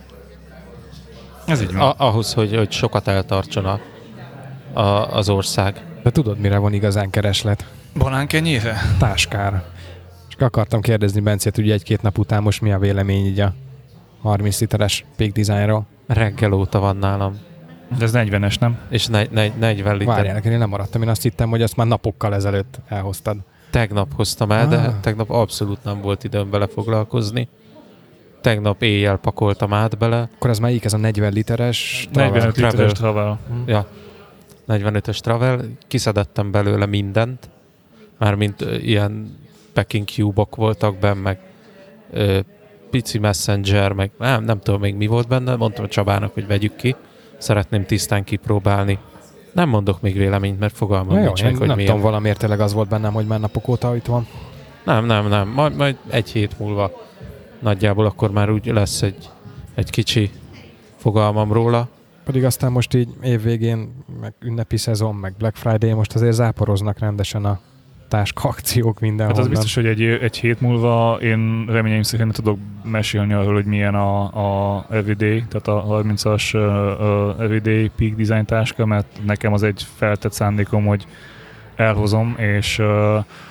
Ez így van. Ahhoz, hogy sokat eltartson az ország. De tudod, mire van igazán kereslet? Banánkenyére? Táskára. Csak akartam kérdezni Bencét, hogy 1-2 nap után most mi a vélemény így a 30 literes Peak Designról. Reggel óta van nálam. De ez 40-es, nem? És 40 liter. Várjál, én nem maradtam. Én azt hittem, hogy azt már napokkal ezelőtt elhoztad. Tegnap hoztam el, de tegnap abszolút nem volt időm vele foglalkozni. Tegnap éjjel pakoltam át bele. Akkor ez melyik? Ez a 40 literes? 45 literes Travel. Ja, 45-ös Travel. Kiszedettem belőle mindent. Mármint ilyen packing cube-ok voltak benne, meg pici messenger, meg nem tudom még mi volt benne. Mondtam a Csabának, hogy vegyük ki. Szeretném tisztán kipróbálni. Nem mondok még véleményt, mert fogalmam nincs meg, hogy nem milyen. tudom, valamiért tényleg az volt bennem, hogy már napok óta itt van. Nem. Majd 1 hét múlva nagyjából akkor már úgy lesz egy kicsi fogalmam róla. Pedig aztán most így évvégén, meg ünnepi szezon, meg Black Friday, most azért záporoznak rendesen a táska akciók mindenhol. Hát az biztos, hogy egy hét múlva én reményeim szerint tudok mesélni arról, hogy milyen a Everyday, tehát a 30-as Everyday Peak Design táska, mert nekem az egy feltett szándékom, hogy elhozom, és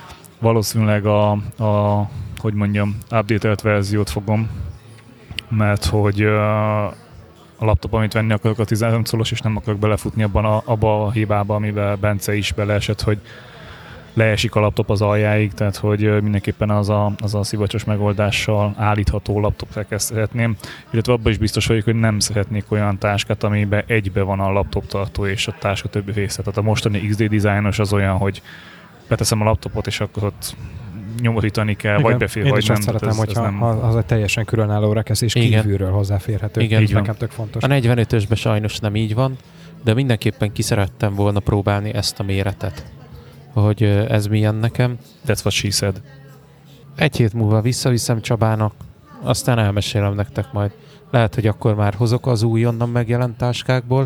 valószínűleg hogy mondjam, update-elt verziót fogom, mert hogy a laptop, amit venni akarok, a 13 colos, és nem akarok belefutni abba a hibába, amiben Bence is beleesett, hogy leesik a laptop az aljáig, tehát hogy mindenképpen az a szivacsos megoldással állítható laptopra szeretném, illetve abban is biztos vagyok, hogy nem szeretnék olyan táskát, amiben egybe van a laptop tartó és a táska többi része. Tehát a mostani XD dizájnos az olyan, hogy beteszem a laptopot, és akkor ott nyomorítani kell, igen, vagy befér, vagy nem. Én is azt szeretem, hogyha az egy teljesen különálló rekesz, és kívülről hozzáférhető. Igen, így nekem tök fontos. A 45-ösben sajnos nem így van, de mindenképpen ki szerettem volna próbálni ezt a méretet, hogy ez milyen nekem. That's what she said. Egy hét múlva visszaviszem Csabának, aztán elmesélem nektek majd. Lehet, hogy akkor már hozok az újonnan megjelent táskákból.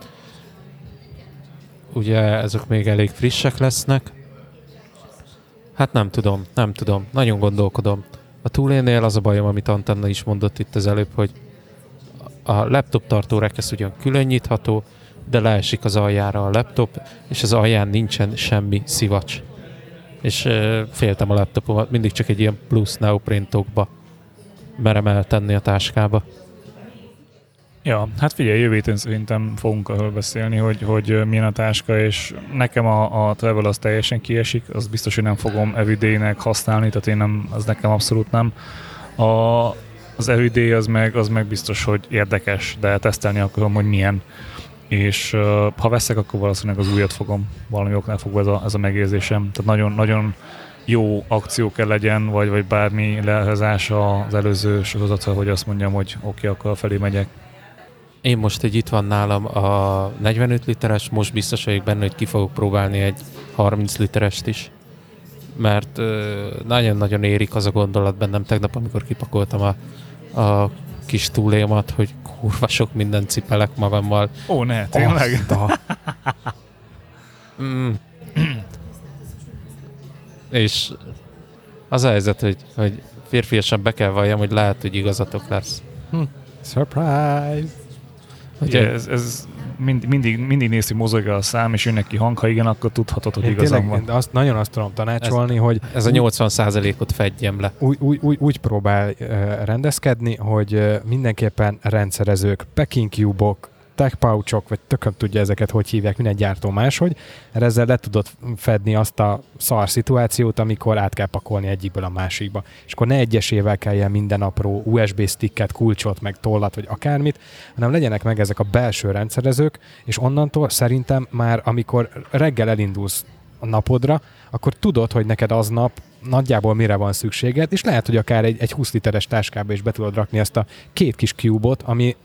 Ugye ezek még elég frissek lesznek. Hát nem tudom. Nagyon gondolkodom. A túlénél az a bajom, amit Antenna is mondott itt az előbb, hogy a laptop tartó rekesz ugyan külön nyitható, de leesik az aljára a laptop, és az alján nincsen semmi szivacs. És féltem a laptopomat, mindig csak egy ilyen plusz neoprintokba merem eltenni a táskába. Ja, hát figyelj, jövő héten szerintem fogunk arról beszélni, hogy milyen a táska, és nekem a Travel az teljesen kiesik, az biztos, hogy nem fogom everyday-nek használni, tehát az nekem abszolút nem. Az everyday az meg biztos, hogy érdekes, de tesztelni akarom, hogy milyen. És ha veszek, akkor valószínűleg az újat fogom, valami oknál fogva ez a megérzésem. Tehát nagyon, nagyon jó akció kell legyen, vagy bármi lehezás az előző sorozatra, hogy azt mondjam, hogy oké, akkor felé megyek. Én most, hogy itt van nálam a 45 literes, most biztos vagyok benne, hogy ki fogok próbálni egy 30 literest is. Mert nagyon-nagyon érik az a gondolat bennem tegnap, amikor kipakoltam a kis túlémat, hogy kurva sok mindent cipelek magammal. Ó, ne, tényleg? És az a helyzet, hogy férfiasan be kell valljam, hogy lehet, hogy igazatok lesz. Surprise! Ugye, ez mindig néz, hogy mozog a szám, és jönnek ki hang, ha igen, akkor tudhatod, hogy igazam van. De nagyon azt tudom tanácsolni, hogy... Ez a 80%-ot fedjem le. Úgy próbál rendezkedni, hogy mindenképpen rendszerezők, packing cube-ok, tech pouchok, vagy tököm tudja ezeket, hogy hívják, minden gyártó máshogy, ezzel le tudod fedni azt a szar szituációt, amikor át kell pakolni egyikből a másikba. És akkor ne egyesével kelljen minden apró USB sticket, kulcsot, meg tollat, vagy akármit, hanem legyenek meg ezek a belső rendszerezők, és onnantól szerintem már, amikor reggel elindulsz a napodra, akkor tudod, hogy neked aznap nagyjából mire van szükséged, és lehet, hogy akár egy 20 literes táskába is be tudod rakni ezt a két kis cube-ot, ami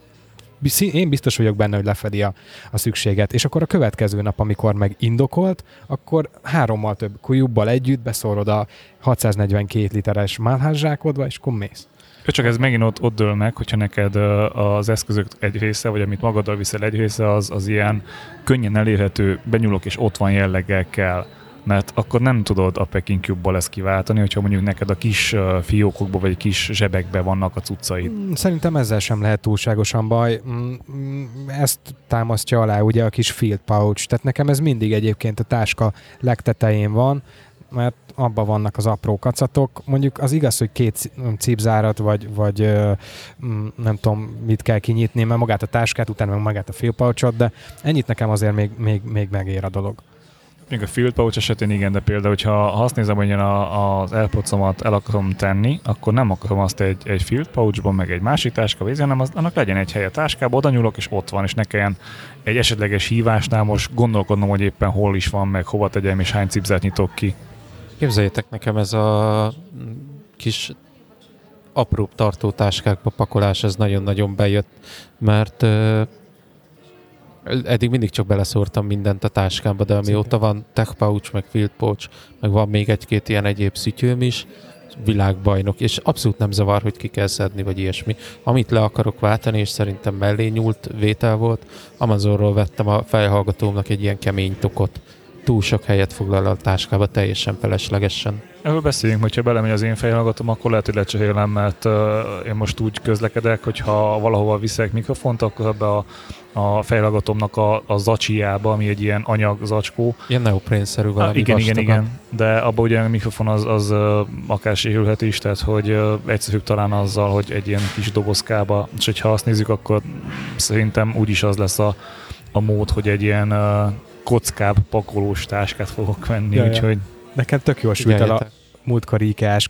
én biztos vagyok benne, hogy lefedi a szükséget. És akkor a következő nap, amikor meg indokolt, akkor 3-mal több cube-bal együtt beszórod a 642 literes málházzsákodba, és akkor mész. Csak ez megint ott dől meg, hogyha neked az eszközök egy része, vagy amit magaddal viszel egy része, az ilyen könnyen elérhető, benyúlok és ott van jelleggel kell. Mert akkor nem tudod a packing cube-ból ezt kiváltani, hogyha mondjuk neked a kis fiókokban vagy kis zsebekben vannak a cuccaid. Szerintem ezzel sem lehet túlságosan baj. Ezt támasztja alá ugye a kis field pouch. Tehát nekem ez mindig egyébként a táska legtetején van, mert abban vannak az apró kacatok. Mondjuk az igaz, hogy 2 cipzárat, vagy nem tudom, mit kell kinyitni, mert magát a táskát, utána meg magát a field pouchot, de ennyit nekem azért még megér a dolog. Még a field pouch esetén igen, de például, hogyha azt nézem, hogy én az AirPods-omat el akarom tenni, akkor nem akarom azt egy field pouchban, meg egy másik táska vízi, hanem annak legyen egy hely a táskába, oda nyúlok, és ott van, és ne kelljen egy esetleges hívásnál most gondolkodnom, hogy éppen hol is van, meg hova tegyem, és hány cipzert nyitok ki. Képzeljétek, nekem ez a kis apróbb tartótáskákba pakolás, ez nagyon-nagyon bejött, mert eddig mindig csak beleszórtam mindent a táskámba, de amióta van tech pouch, meg field pouch, meg van még egy-két ilyen egyéb szütyőm is, világbajnok, és abszolút nem zavar, hogy ki kell szedni, vagy ilyesmi. Amit le akarok váltani, és szerintem mellé nyúlt vétel volt, Amazonról vettem a fejhallgatómnak egy ilyen kemény tokot. Túl sok helyet foglal a táskába, teljesen feleslegesen. Erről beszéljünk, hogyha belemegy az én fejhallgatom, akkor lehet, hogy lecserélem, mert én most úgy közlekedek, hogyha valahova viszek mikrofont, akkor ebbe a fejhallgatomnak a zacsijába, ami egy ilyen anyagzacskó. Ilyen neoprénszerű valami Igen. De abban ugye a mikrofon az akár sérülhet is, tehát hogy egyszerűbb talán azzal, hogy egy ilyen kis dobozkába, és hogyha azt nézzük, akkor szerintem úgyis az lesz a mód, hogy egy ilyen kockább pakolós táskát fogok venni, úgyhogy... Nekem tök jól sült el a múltkori IKEA-s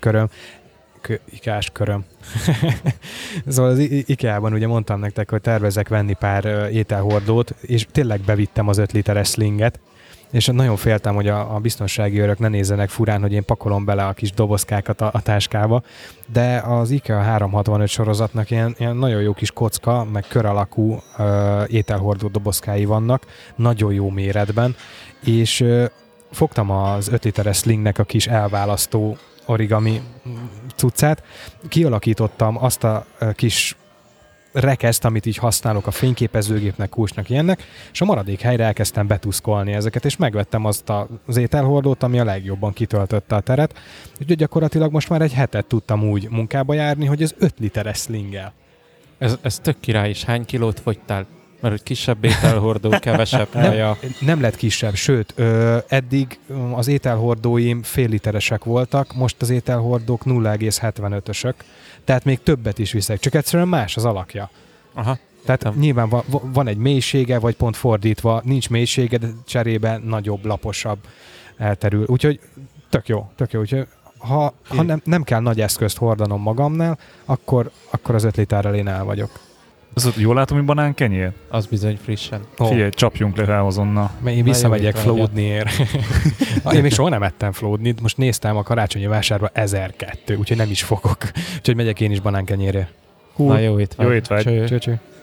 köröm. Szóval az IKEA-ban ugye mondtam nektek, hogy tervezek venni pár ételhordót, és tényleg bevittem az 5 literes slinget, és nagyon féltem, hogy a biztonsági őrök ne nézzenek furán, hogy én pakolom bele a kis dobozkákat a táskába, de az IKEA 365 sorozatnak ilyen nagyon jó kis kocka, meg kör alakú ételhordó dobozkái vannak, nagyon jó méretben, és fogtam az 5 literes slingnek a kis elválasztó origami cuccát, kialakítottam azt a kis rekeszt, amit így használok a fényképezőgépnek, kulcsnak, ilyennek, és a maradék helyre elkezdtem betuszkolni ezeket, és megvettem azt az ételhordót, ami a legjobban kitöltötte a teret, úgyhogy gyakorlatilag most már egy hetet tudtam úgy munkába járni, hogy ez 5 literes slinggel. Ez tök király, és hány kilót fogytál? Mert hogy kisebb ételhordó, kevesebb helye. Nem lett kisebb, sőt, eddig az ételhordóim fél literesek voltak, most az ételhordók 0,75-ösök, tehát még többet is viszek, csak egyszerűen más az alakja. Aha. Tehát nyilván van egy mélysége, vagy pont fordítva, nincs mélysége, de cserébe nagyobb, laposabb elterül. Úgyhogy tök jó. Úgyhogy ha nem kell nagy eszközt hordanom magamnál, akkor az 5 literrel én el vagyok. Az jól látom, hogy banán kenyér? Az bizony frissen. Figyelj, csapjunk le rá azonnal. Én visszamegyek flódniért. Én még soha nem ettem flódnit, most néztem a karácsonyi vásárba 1002, úgyhogy nem is fogok. Úgyhogy megyek én is banánkenyérért. Na jó étvágy. Jó étvágy. Cső.